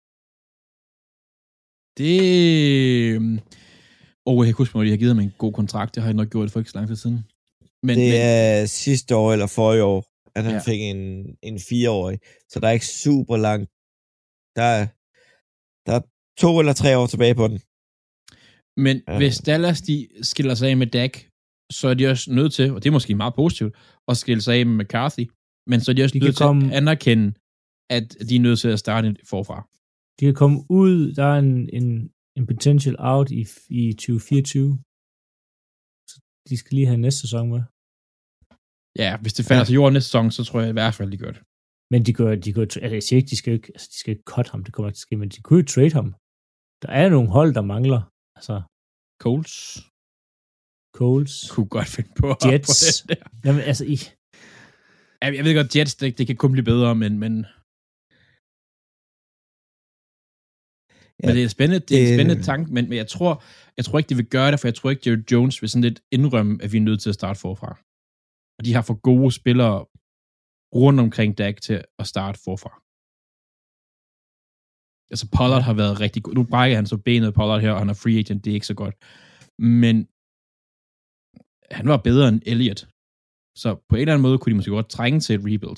Det... Åh, oh, jeg kan huske, at de har givet ham en god kontrakt. Det har jeg nok gjort for ikke så lang tid siden. Men, det men... er sidste år eller forrige år, at han ja. fik en, en fireårig. Så der er ikke super langt. Der er, der er to eller tre år tilbage på den. Men ja. hvis Dallas de skiller sig af med Dak, så er de også nødt til, og det er måske meget positivt, at skille sig af med McCarthy, men så er de også de nødt til komme... at anerkende, at de er nødt til at starte forfra. De kan komme ud, der er en, en, en potential out i, i tyve fireogtyve. Så de skal lige have næste sæson med. Ja, hvis det falder ja. til jorden næste sæson, så tror jeg i hvert fald, de gør det. Men de gør, de gør, altså jeg siger ikke, de skal ikke, altså de skal ikke cut ham, det kommer ikke til at ske, men de kunne jo trade ham. Der er nogle hold, der mangler. Altså, Colts. Coles. Kunne godt finde på Jets. På det der. Jamen, altså, I... Jeg, jeg ved godt, Jets, det, det kan kun blive bedre, men... men... Ja, men det er spændende, det er en spændende tanke, men, men jeg tror, jeg tror ikke, de vil gøre det, for jeg tror ikke, Jerry Jones vil sådan lidt indrømme, at vi er nødt til at starte forfra. Og de har for gode spillere rundt omkring Dak til at starte forfra. Altså, Pollard har været rigtig god. Nu brækker han så benet Pollard her, og han er free agent, det er ikke så godt. Men han var bedre end Elliot. Så på en eller anden måde kunne de måske godt trænge til et rebuild.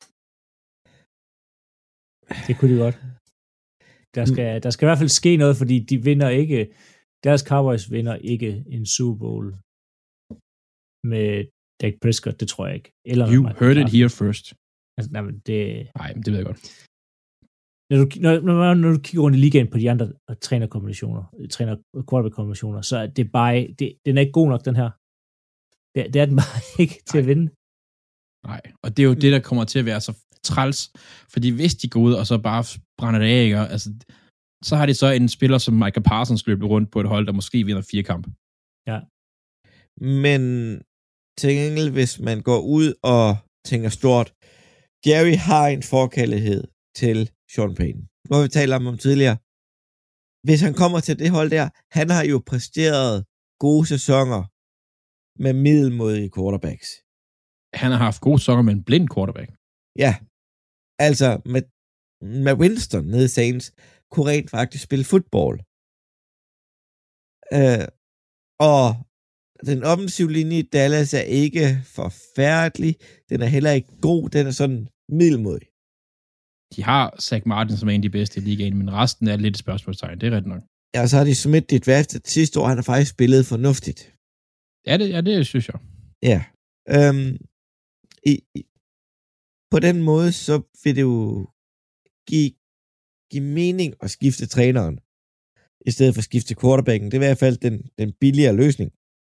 Det kunne de godt. Der skal, der skal i hvert fald ske noget, fordi de vinder ikke, deres Cowboys vinder ikke en Super Bowl med Dak Prescott, det tror jeg ikke. Eller you heard it here first. Altså, nej, men det... Nej, det ved jeg godt. Når du, når, når, når du kigger rundt i ligaen på de andre trænerkombinationer, træner quarterback-kombinationer, så er det bare, det, den er ikke god nok, den her. Det, det er den bare ikke til nej. at vinde. Nej, og det er jo det, der kommer til at være så træls, fordi hvis de går ud og så bare brænder det af, ikke? Altså, så har de så en spiller som Micah Parsons løbet rundt på et hold, der måske vinder fire kampe. Ja. Men til gengæld, hvis man går ud og tænker stort, Jerry har en forkærlighed til Sean Payton. Nu har vi talt om ham tidligere. Hvis han kommer til det hold der, han har jo præsteret gode sæsoner med middelmådige quarterbacks. Han har haft gode sæsoner med en blind quarterback. Ja, altså med, med Winston nede i Saints, kunne rent faktisk spille fodbold. Uh, og den offensive linje i Dallas er ikke forfærdelig. Den er heller ikke god. Den er sådan middelmådig. De har Zach Martin, som er en af de bedste i ligaen, men resten er lidt et spørgsmålstegn. Det er ret nok. Ja, og så har de smidt dit draftet sidste år. Han har faktisk spillet fornuftigt. Ja, det, ja, det synes jeg. Ja. Øhm, i, i, på den måde, så vil det jo give, give mening at skifte træneren, i stedet for at skifte quarterbacken. Det er i hvert fald den, den billigere løsning.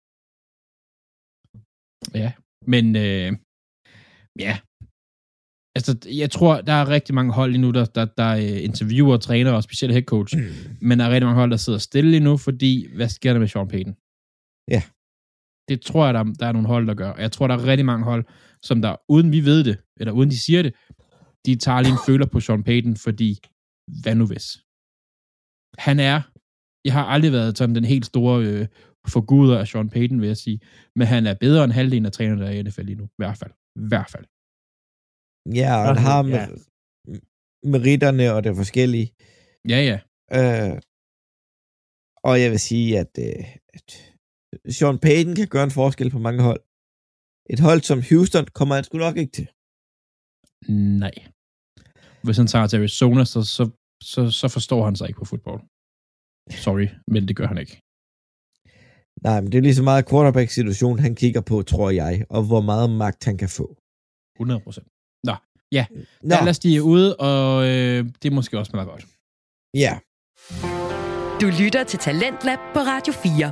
Ja, men øh, ja, altså jeg tror, der er rigtig mange hold lige nu, der, der, der interviewer træner og specielt head coach, mm. men der er rigtig mange hold, der sidder stille lige nu, fordi hvad sker der med Sean Payton? Ja. Det tror jeg, der, der er nogle hold, der gør. Jeg tror, der er rigtig mange hold, som der, uden vi ved det, eller uden de siger det, de tager lige en føler på Sean Payton, fordi hvad nu hvis? Han er, jeg har aldrig været sådan den helt store øh, forguder af Sean Payton, vil jeg sige, men han er bedre end halvdelen af trænerne, der er i N F L lige nu. I hvert fald. I hvert fald. Ja, og han har med, ja. meritterne og det forskellige. Ja, ja. Øh, og jeg vil sige, at, øh, at Sean Payton kan gøre en forskel på mange hold. Et hold som Houston kommer han sgu nok ikke til. Nej. Hvis han tager til Arizona, så, så, så, så forstår han sig ikke på fodbold. Sorry, men det gør han ikke. Nej, men det er lige så meget quarterback-situation, han kigger på, tror jeg, og hvor meget magt han kan få. hundrede procent. Nå, ja. Nå. Lad os de ude, og øh, det er måske også meget godt. Ja. Du lytter til Talentlab på Radio fire.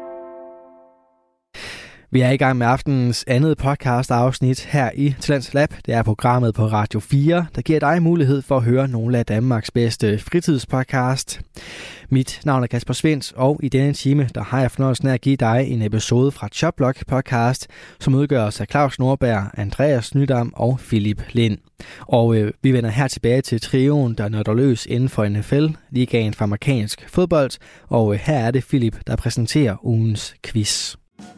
Vi er i gang med aftenens andet podcast-afsnit her i Talents Lab. Det er programmet på Radio fire, der giver dig mulighed for at høre nogle af Danmarks bedste fritidspodcast. Mit navn er Kasper Svens, og i denne time der har jeg fornøjelsen af at give dig en episode fra Chopblock podcast, som udgøres af Claus Nordberg, Andreas Nydam og Philip Lind. Og øh, vi vender her tilbage til trioen, der nørder løs inden for N F L, ligaen for amerikansk fodbold, og øh, her er det Philip, der præsenterer ugens quiz.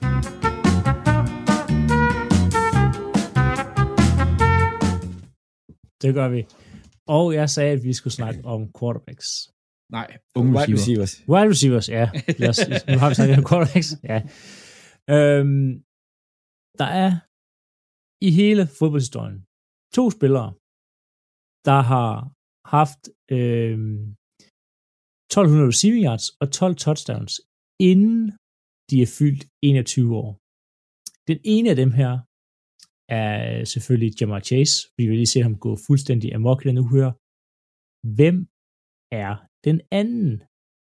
Det gør vi. Og jeg sagde, at vi skulle snakke om quarterbacks. Nej, unge wide receivers. Wide receivers, ja. Os, nu har vi snakket om quarterbacks. Ja. Øhm, der er i hele fodboldhistorien to spillere, der har haft øhm, tolv hundrede receiving yards og tolv touchdowns, inden de er fyldt enogtyve år. Den ene af dem her er selvfølgelig Ja'Marr Chase. Vi vil lige se ham gå fuldstændig amok i den uge her. Hvem er den anden?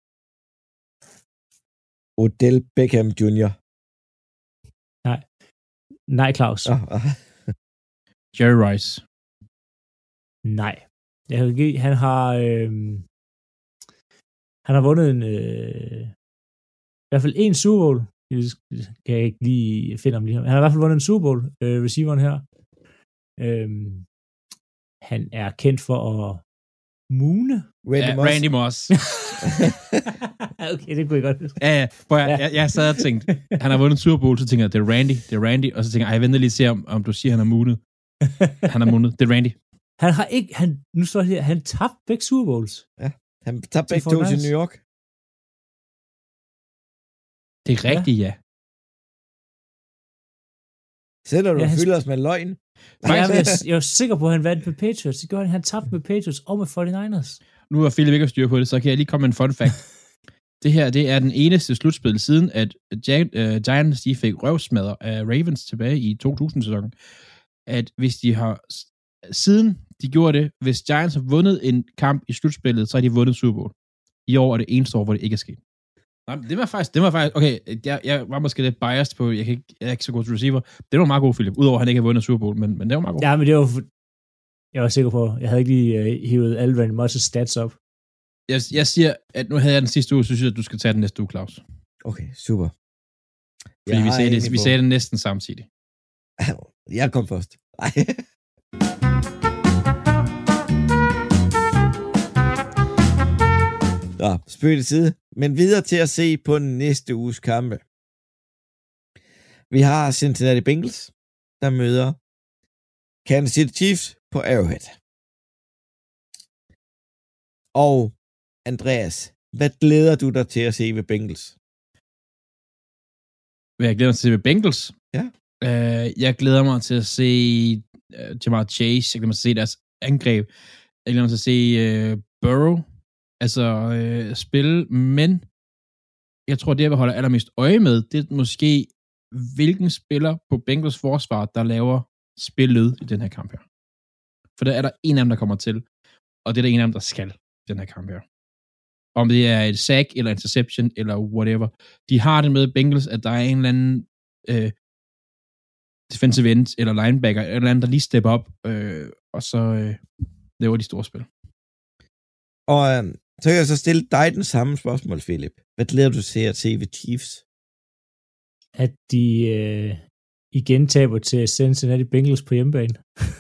Odell Beckham junior Nej. Nej, Claus. Oh, oh. Jerry Rice. Nej. Jeg kan give, han har øh, han har vundet en øh, i hvert fald en Super Bowl. Jeg kan jeg ikke lige finde ham lige her. Han har i hvert fald vundet en Super Bowl, øh, receiveren her. Øhm, han er kendt for at moone. Randy ja, Moss. Randy Moss. Okay, det kunne jeg godt huske. Ja, ja. Jeg, jeg, jeg sad og tænkte, han har vundet en Super Bowl, så tænker jeg, det er Randy, det er Randy, og så tænker jeg, jeg venter lige og se, om, om du siger, han har moonet. Han har moonet, det er Randy. Han har ikke, han, nu står det her, han tabte begge Super Bowls. Ja, han tabte begge to til New York. Det er rigtigt, ja. ja. Selvom du ja, fylder os med løgn. Jeg, jeg, jeg er sikker på, at han vandt med Patriots. Det gjorde han. Han tabte med Patriots og med forty-niners. Nu er Philip ikke at styre på det, så kan jeg lige komme med en fun fact. Det her, det er den eneste slutspil siden, at Giants de fik røvsmadder af Ravens tilbage i to tusind-sæsonen. At hvis de har, siden de gjorde det, hvis Giants har vundet en kamp i slutspillet, så har de vundet Super Bowl. I år er det eneste år, hvor det ikke er sket. Nej, det var faktisk, det var faktisk, okay, jeg, jeg var måske lidt biased på, jeg, kan ikke, jeg er ikke så god til receiver. Det var meget god, Philip, udover at han ikke har vundet Super Bowl, men, men det var meget god. Ja, men det var, jeg var sikker på, jeg havde ikke lige uh, hævet alle Randy Moss' stats op. Jeg, jeg siger, at nu havde jeg den sidste uge, så synes jeg, at du skal tage den næste uge, Claus. Okay, super. Fordi vi sagde, det, vi sagde det næsten samtidig. Jeg kom først. Nej. Nå, spøg til side. Men videre til at se på næste uges kampe. Vi har Cincinnati Bengals, der møder Kansas City Chiefs på Arrowhead. Og Andreas, hvad glæder du dig til at se ved Bengals? Hvad jeg glæder mig til at se ved Bengals? Ja. Uh, jeg glæder mig til at se uh, Ja'Marr Chase. Jeg glæder mig til at se deres angreb. Jeg glæder mig til at se uh, Burrow altså uh, spille, men jeg tror, det jeg vil holde allermest øje med, det er måske, hvilken spiller på Bengals forsvar, der laver spillet i den her kamp her. For der er der en af dem, der kommer til, og det er der en af dem, der skal i den her kamp her. Om det er et sack, eller interception, eller whatever. De har det med Bengals, at der er en eller anden øh, defensive end, eller linebacker, eller andet, der lige stepper op, øh, og så øh, laver de store spil. Og øh, så kan jeg så stille dig den samme spørgsmål, Philip. Hvad glæder du til at se ved Chiefs? At de øh, igen taber til Cincinnati Bengals på hjemmebane.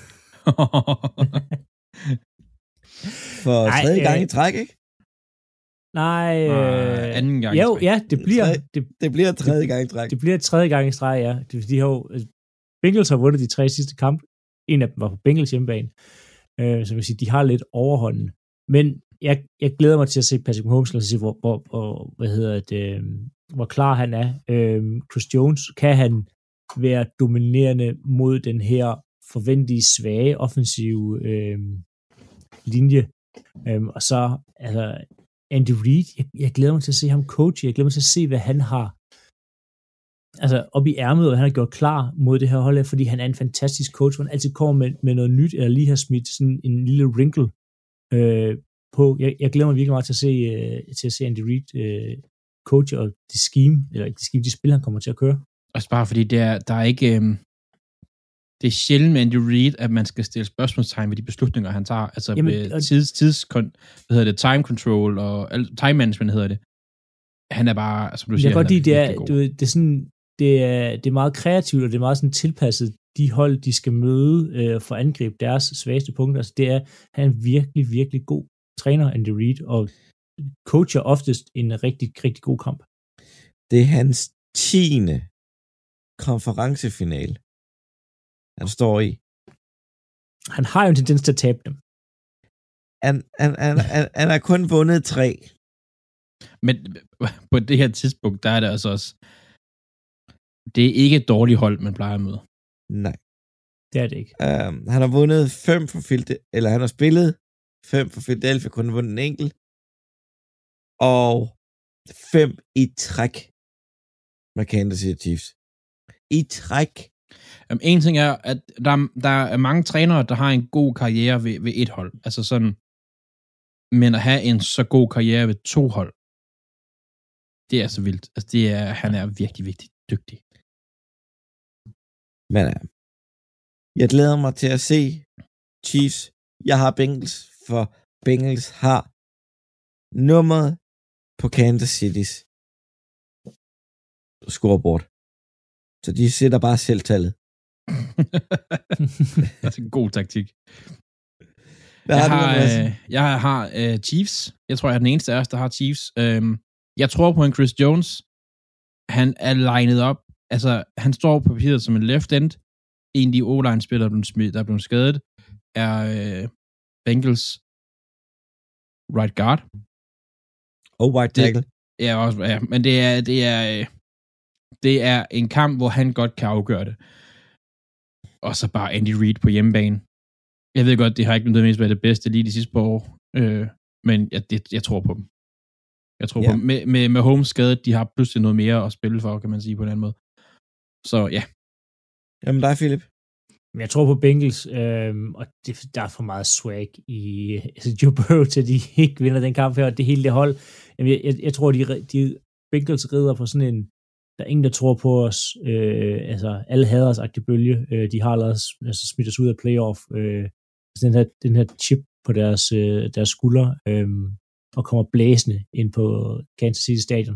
For Nej, tredje gang øh, i træk, ikke? Nej, øh, uh, anden gang jo, i træk. ja, det bliver Tredje, det, det bliver tredje gang i træk. det bliver tredje gang i streg, ja. De, de har jo, Bengals har vundet de tre sidste kamp. En af dem var på Bengals hjemmebane. Øh, så vil sige, de har lidt overhånden. Men jeg, jeg glæder mig til at se Patrick Mahomes, og se, hvor, hvor, hvor, hvad hedder det, øh, hvor klar han er. Øh, Chris Jones, kan han være dominerende mod den her forventelige svage offensive øh, linje? Øh, og så, altså, Andy Reid, jeg, jeg glæder mig til at se ham coach. Jeg glæder mig til at se, hvad han har altså op i ærmet, og han har gjort klar mod det her hold, fordi han er en fantastisk coach, hvor han altid kommer med, med noget nyt, eller lige har smidt sådan en lille wrinkle øh, på. Jeg, jeg glæder mig virkelig meget til at se, øh, til at se Andy Reid øh, coach, og det scheme, eller ikke det scheme, de spil, han kommer til at køre. Også bare fordi, det er, der er ikke... Øh, det er sjældent med Andy Reid, at man skal stille spørgsmålstegn ved de beslutninger, han tager. Altså Jamen, ved tids, tids, hvad hedder det, time control, og time management hedder det. Han er bare, som du jeg siger, kan godt lide, det er, du, god. det er sådan, det er, det er meget kreativt, og det er meget sådan tilpasset de hold, de skal møde øh, for at angribe deres svageste punkter. Altså det er, han er en virkelig, virkelig god træner, Andy Reid, og coacher oftest en rigtig, rigtig god kamp. Det er hans tiende konferencefinale, han står i. Han har jo en tendens til at tabe dem. Han, han, han, han, han har kun vundet tre. Men på det her tidspunkt, der er det altså også, det er ikke et dårligt hold, man plejer at møde. Nej. Det er det ikke. Um, han har vundet fem for Philadelphia, eller han har spillet fem for Philadelphia, kun vundet en enkelt. Og fem i træk med Kansas City Chiefs. I træk. Um, en ting er, at der, der er mange trænere, der har en god karriere ved, ved et hold. Altså sådan, men at have en så god karriere ved to hold, det er så vildt. Altså det er, han er virkelig, virkelig dygtig. Men uh, jeg glæder mig til at se Chiefs. Jeg har Bengals, for Bengals har nummeret på Kansas City's scoreboard. Så de sætter bare selv tallet. Det er en god taktik. Hvad jeg, har har, du, øh, jeg har øh, Chiefs. Jeg tror, jeg er den eneste af os, der har Chiefs. Øhm, jeg tror på en Chris Jones. Han er legnet op. Altså, han står på papiret som en left end. En af de O-line-spillere, der er blevet, der er blevet skadet, er øh, Bengals right guard. Og white tackle. Det, ja, også, ja, men det er, det er, øh, det er en kamp, hvor han godt kan afgøre det. Og så bare Andy Reid på hjemmebane. Jeg ved godt, det har ikke nødvendigvis været det bedste lige de sidste par år, øh, men jeg, det, jeg tror på dem. Jeg tror ja. på dem. Med, med, med Holmes skadet, de har pludselig noget mere at spille for, kan man sige på en anden måde. Så ja. Jamen dig, Philip. Jeg tror på Bengals, øh, og det, der er for meget swag i altså Joe Burrow til, at de ikke vinder den kamp her, og det hele det hold. Jamen, jeg, jeg, jeg tror, de, de Bengals rider på sådan en, der er ingen, der tror på os. Øh, altså, alle hader os-agtige bølge. Øh, de har allerede altså, smidt os ud af playoff. Øh, altså den, her, den her chip på deres, øh, deres skulder, øh, og kommer blæsende ind på Kansas City Stadion.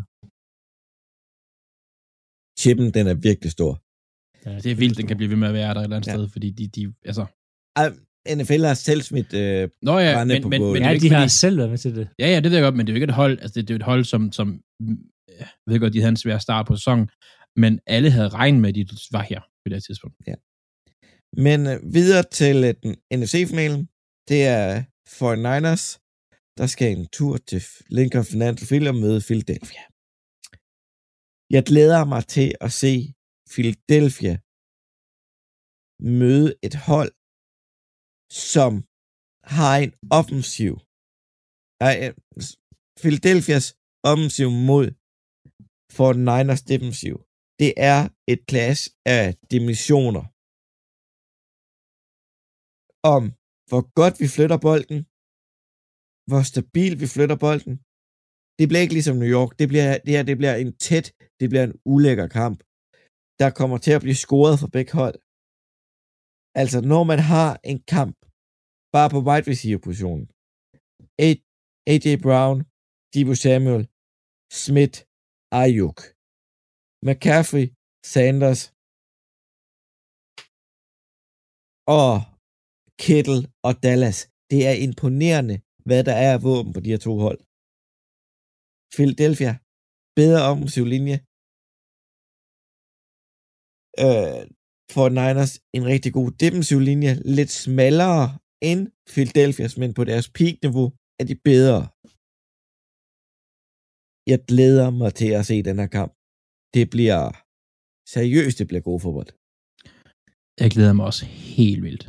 Chippen, den er virkelig stor. Ja, det er vildt, den kan blive ved med at være der et eller andet ja. sted, fordi de, de altså... Ej, N F L har selv smidt øh, Nå ja, men, på men, men ja, de har fordi... selv været med til det. Ja, ja, det ved jeg godt, men det er jo ikke et hold, altså det, det er jo et hold, som, som jeg ved godt, de havde en svær start på sæsonen, men alle havde regnet med, at de var her på det tidspunkt. Ja. Men øh, videre til øh, den N F C-finalen, det er forty-niners, der skal en tur til Lincoln Financial Field og møde Philadelphia. Jeg glæder mig til at se Philadelphia møde et hold, som har en offensiv. Ej, Philadelphias offensiv mod forty-niners defensiv. Det er et klasse af dimensioner. Om hvor godt vi flytter bolden, hvor stabil vi flytter bolden. Det bliver ikke ligesom New York. Det, bliver, det her det bliver en tæt, det bliver en ulækker kamp. Der kommer til at blive scoret for begge hold. Altså, når man har en kamp, bare på wide receiver-positionen, A J Brown, Deebo Samuel, Smith, Ayuk, McCaffrey, Sanders og Kittle og Dallas. Det er imponerende, hvad der er af våben på de her to hold. Philadelphia, bedre offensiv linje. Øh, forty-niners, en rigtig god defensiv linje. Lidt smallere end Philadelphia's, men på deres peak-niveau er de bedre. Jeg glæder mig til at se den her kamp. Det bliver seriøst, det bliver god fodbold. Jeg glæder mig også helt vildt.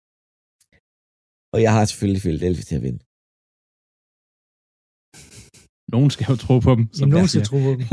Og jeg har selvfølgelig Philadelphia til at vinde. Nogen skal jo tro på dem. Som nogen skal tro på dem.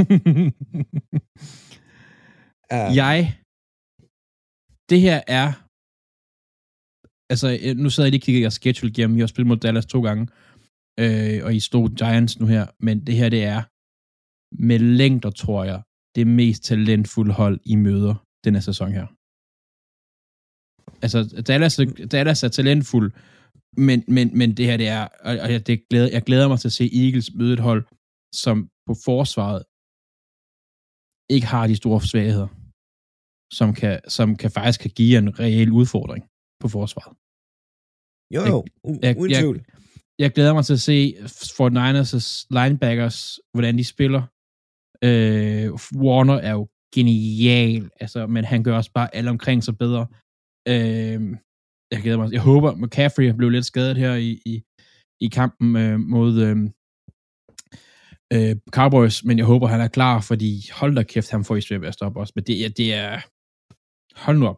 uh, jeg... Det her er... Altså, nu sidder jeg lige og kigger jeres schedule igennem. Jeg har spillet mod Dallas to gange. Øh, og I stod Giants nu her. Men det her, det er med længder, tror jeg, det mest talentfulde hold, I møder den her sæson her. Altså, Dallas, Dallas er talentfuld, men, men, men det her, det er, og jeg, det glæder, jeg glæder mig til at se Eagles møde et hold, som på forsvaret ikke har de store svagheder, som kan, som kan faktisk kan give en reel udfordring på forsvaret. Jo, jo, jeg, uden tvivl. Jeg, jeg glæder mig til at se forty-niners' linebackers, hvordan de spiller. Øh, Warner er jo genial, altså, men han gør også bare alle omkring sig bedre. Øh, jeg glæder mig. Jeg håber, McCaffrey blev lidt skadet her i, i, i kampen øh, mod øh, øh, Cowboys, men jeg håber, han er klar, fordi hold da kæft, han får i svært ved at stoppe også. Men det, det er... Hold nu op.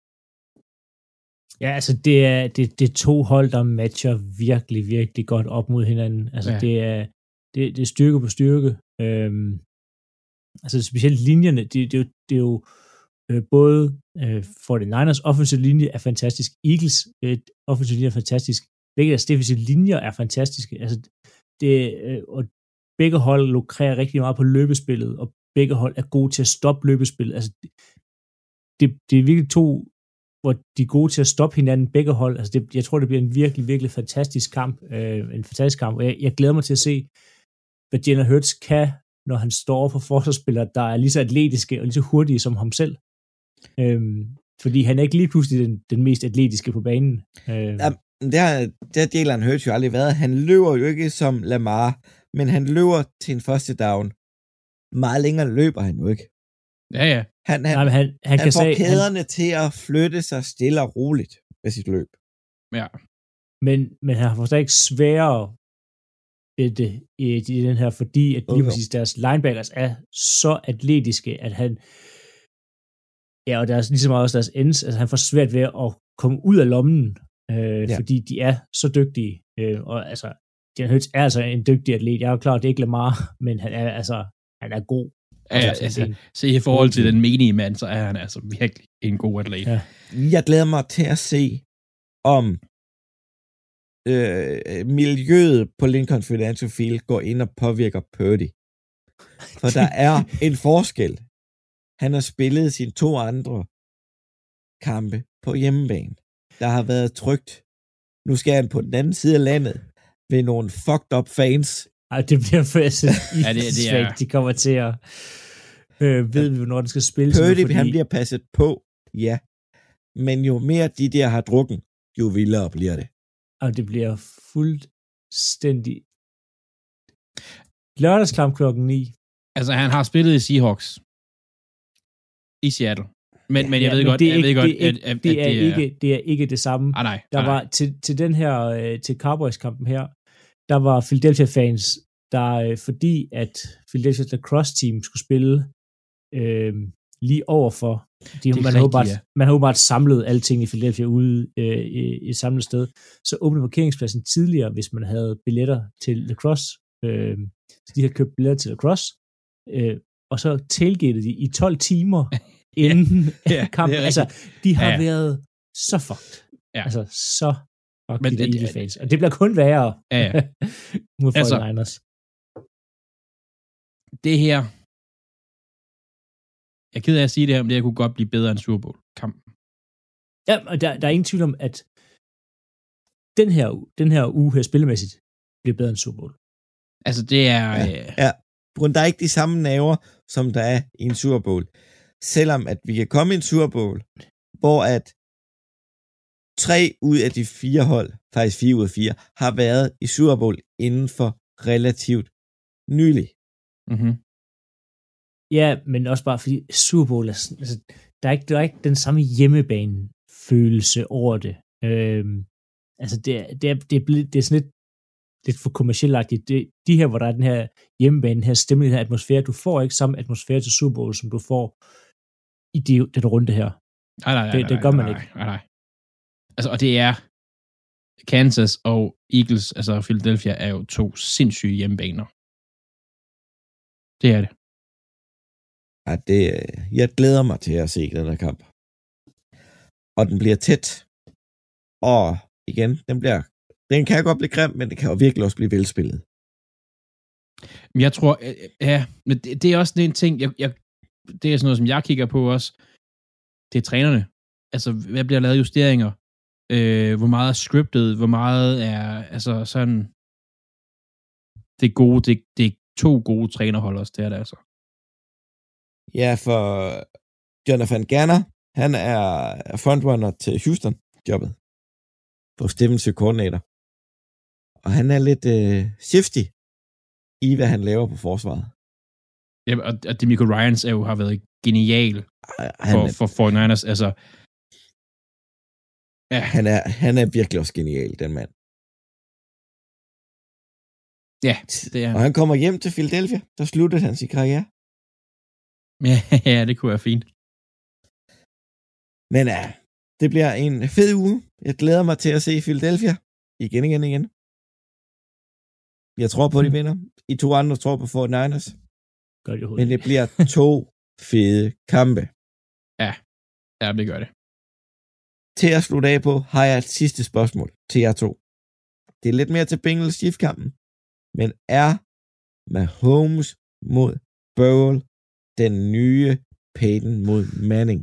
Ja, altså det er, det, det er to hold, der matcher virkelig, virkelig godt op mod hinanden. Altså ja. det, er, det, det er styrke på styrke. Øhm, altså specielt linjerne, det, det, det er jo øh, både øh, forty-niners offensive linje er fantastisk, Eagles øh, offensive linje er fantastisk, begge deres defensive linjer er fantastiske. Altså det, øh, og begge hold lukrerer rigtig meget på løbespillet, og begge hold er gode til at stoppe løbespillet. Altså det, det, det er virkelig to, hvor de er gode til at stoppe hinanden, begge hold. Altså det, jeg tror, det bliver en virkelig, virkelig fantastisk kamp. Øh, en fantastisk kamp, og jeg, jeg glæder mig til at se, hvad Jalen Hurts kan, når han står over for forsvarsspillere, der er lige så atletiske og lige så hurtige som ham selv. Øh, fordi han er ikke lige pludselig den, den mest atletiske på banen. Øh. Ja, det har, det har Jalen Hurts jo aldrig været. Han løber jo ikke som Lamar, men han løber til en første down. Meget længere løber han jo ikke. Ja, ja. Han, han, Nej, han, han, han kan får sige, kæderne han, til at flytte sig stille og roligt med sit løb. Ja. Men, men han får stadig sværere ved det i, i den her, fordi at lige okay. præcis deres linebackers er så atletiske, at han ja, og deres, ligesom også deres ends, altså han får svært ved at komme ud af lommen, øh, ja. fordi de er så dygtige. Øh, og altså, Jalen Hurts er altså en dygtig atlet. Jeg er jo klar, det er ikke Lamar, men han er altså, han er god. Ja, altså, altså, se i forhold til den menige mand, så er han altså virkelig en god atlet. Ja. Jeg glæder mig til at se, om øh, miljøet på Lincoln Financial Field går ind og påvirker Purdy. For der er en forskel. Han har spillet sine to andre kampe på hjemmebane. Der har været trygt. Nu skal han på den anden side af landet ved nogle fucked up fans. Ej, det bliver først ja, det, det er... de kommer til at øh, ved vi, hvornår den skal spilles. Purdy, fordi... han bliver passet på, ja. Men jo mere de der har drukken, jo vildere bliver det. Og det bliver fuldstændig lørdagskamp klokken ni. Altså, han har spillet i Seahawks i Seattle. Men, men jeg ja, ved men godt, det er, jeg ved ikke, godt, det er, at, at, det er, at det er ikke, det er ikke det samme. Ah, nej, der ah, var nej. til, til den her, øh, til Cowboys-kampen her, der var Philadelphia-fans, der øh, fordi at Philadelphia lacrosse team skulle spille øh, lige overfor. De, man, har åbenbart, ja. man har åbenbart samlet alting i Philadelphia ude øh, i, i et samlet sted. Så åbnede parkeringspladsen tidligere, hvis man havde billetter til lacrosse. Øh, så de har købt billetter til lacrosse. Øh, og så tailgatede de i tolv timer inden ja, kampen. Altså, de har ja. været så fucked. Ja. Altså, så fucked, men, de der fans. Og det bliver kun værre ja, ja. mod altså, forty-niners. Det her, jeg er ked af at sige det her, men det her kunne godt blive bedre end Super Bowl-kampen. Ja, og der, der er ingen tvivl om, at den her, den her uge her spillemæssigt bliver bedre end Super Bowl. Altså, det er... Ja, øh... ja. Der er ikke de samme naver, som der er i en Super Bowl. Selvom at vi kan komme i en Super Bowl, hvor at tre ud af de fire hold, faktisk fire ud af fire, har været i Super Bowl inden for relativt nylig. Mm-hmm. Ja, men også bare fordi Super Bowl er sådan, altså, der er ikke, der er ikke den samme hjemmebane-følelse over det. Øhm, altså, det er, det, er, det, er blevet, det er sådan lidt, lidt for kommercielagtigt. Det, de her, hvor der er den her hjemmebane, den her stemning, den her atmosfære, du får ikke samme atmosfære til Super Bowl, som du får i de, den runde her. Nej, nej, nej. Det, det gør man nej, ikke. Nej, nej. Altså, og det er Kansas og Eagles, altså Philadelphia, er jo to sindssyge hjemmebaner. Det er det. Ja, det, jeg glæder mig til at se den her kamp. Og den bliver tæt. Og igen, den bliver, den kan godt blive grim, men det kan jo virkelig også blive velspillet. Jeg tror, ja, men det, det er også en ting, jeg, jeg, det er sådan noget, som jeg kigger på også. Det er trænerne. Altså, hvad bliver lavet justeringer? Øh, hvor meget er scriptet? Hvor meget er, altså sådan, det er gode, det, det er to gode trænerhold også, det er det altså. Ja, for Jonathan Gannon, han er frontrunner til Houston-jobbet på defensive coordinator. Og han er lidt øh, shifty i, hvad han laver på forsvaret. Ja, og, og DeMeco Ryans er jo, har været genial for, er, for forty-niners. Altså, ja. han, er, han er virkelig også genial, den mand. Ja, det er. Og han kommer hjem til Philadelphia, der sluttede han sin karriere. Ja, ja, det kunne være fint. Men ja, det bliver en fed uge. Jeg glæder mig til at se Philadelphia igen, igen, igen. Jeg tror på, at de vinder. I to andre tror på forty-niners. Gør det Men det bliver to fede kampe. Ja, ja, det gør det. Til at slutte af på, har jeg et sidste spørgsmål til jer to. Det er lidt mere til Bengals Chiefs-kampen. Men er Mahomes mod Burrow den nye Peyton mod Manning?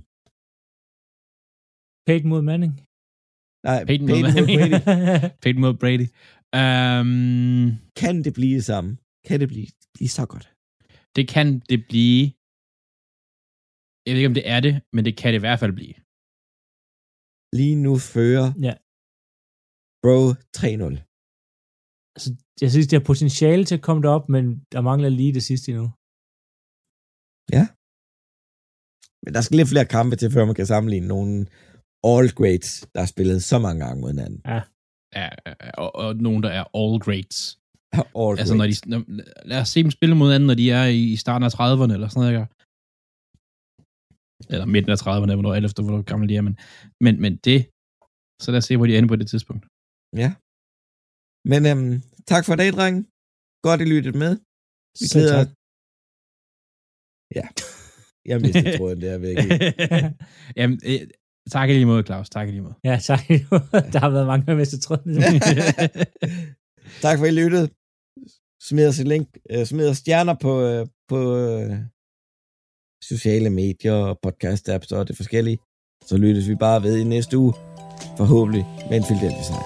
Peyton mod Manning? Nej, Peyton, Peyton mod, mod Brady. Peyton mod Brady. Um, kan det blive det samme? Kan det blive, blive så godt? Det kan det blive. Jeg ved ikke, om det er det, men det kan det i hvert fald blive. Lige nu fører ja. Bro tre nul. Altså, jeg synes, det har potentiale til at komme derop, men der mangler lige det sidste endnu. Ja. Men der skal lidt flere kampe til, før man kan sammenligne nogle all greats, der har spillet så mange gange mod hinanden. Ja. Ja, og, og nogen, der er all greats. All altså, greats. når de, når, lad os se dem spille mod hinanden, når de er i starten af trediverne, eller sådan noget. Eller midten af trediverne, hvornår, alt efter, hvor gamle de er. Men, men, men det, så lad os se, hvor de ender på det tidspunkt. Ja. Men øhm, tak for i dag, drenge. Godt, I lyttede med. Vi så glæder... tak. Ja. Jeg mistede tråden der væk. Jamen, øh, tak i lige måde, Claus. Tak i lige måde. Ja, tak. Der har været mange, der mistet tråden. Tak for, at I lyttede. Smid os et link. Uh, smid os stjerner på, uh, på uh, sociale medier og podcast-apps og det forskellige. Så lyttes vi bare ved i næste uge. Forhåbentlig med en Philadelphia sejr.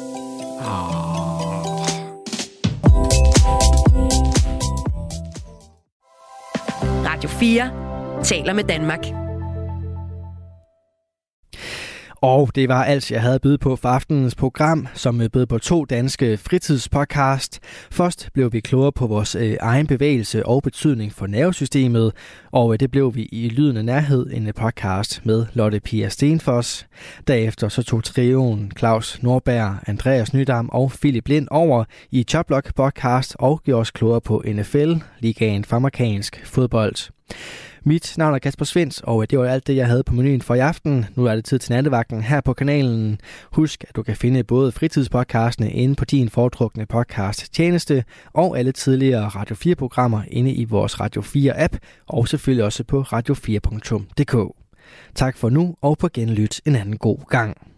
Radio fire taler med Danmark. Og det var alt, jeg havde at byde på for aftenens program, som bød på to danske fritidspodcast. Først blev vi klogere på vores øh, egen bevægelse og betydning for nervesystemet, og øh, det blev vi i Lydende Nærhed, en podcast med Lotte Pia Stenfoss. Derefter så tog trioen Claus Nordberg, Andreas Nydam og Philip Lind over i Chopblock podcast og gjorde os klogere på N F L, ligaen for amerikansk fodbold. Mit navn er Kasper Svens, og det var alt det, jeg havde på menuen for i aften. Nu er det tid til nattevagten her på kanalen. Husk, at du kan finde både fritidspodcastene inde på din foretrukne podcast tjeneste og alle tidligere Radio fire-programmer inde i vores Radio fire-app og selvfølgelig også på radio fire punktum d k. Tak for nu, og på genlyt en anden god gang.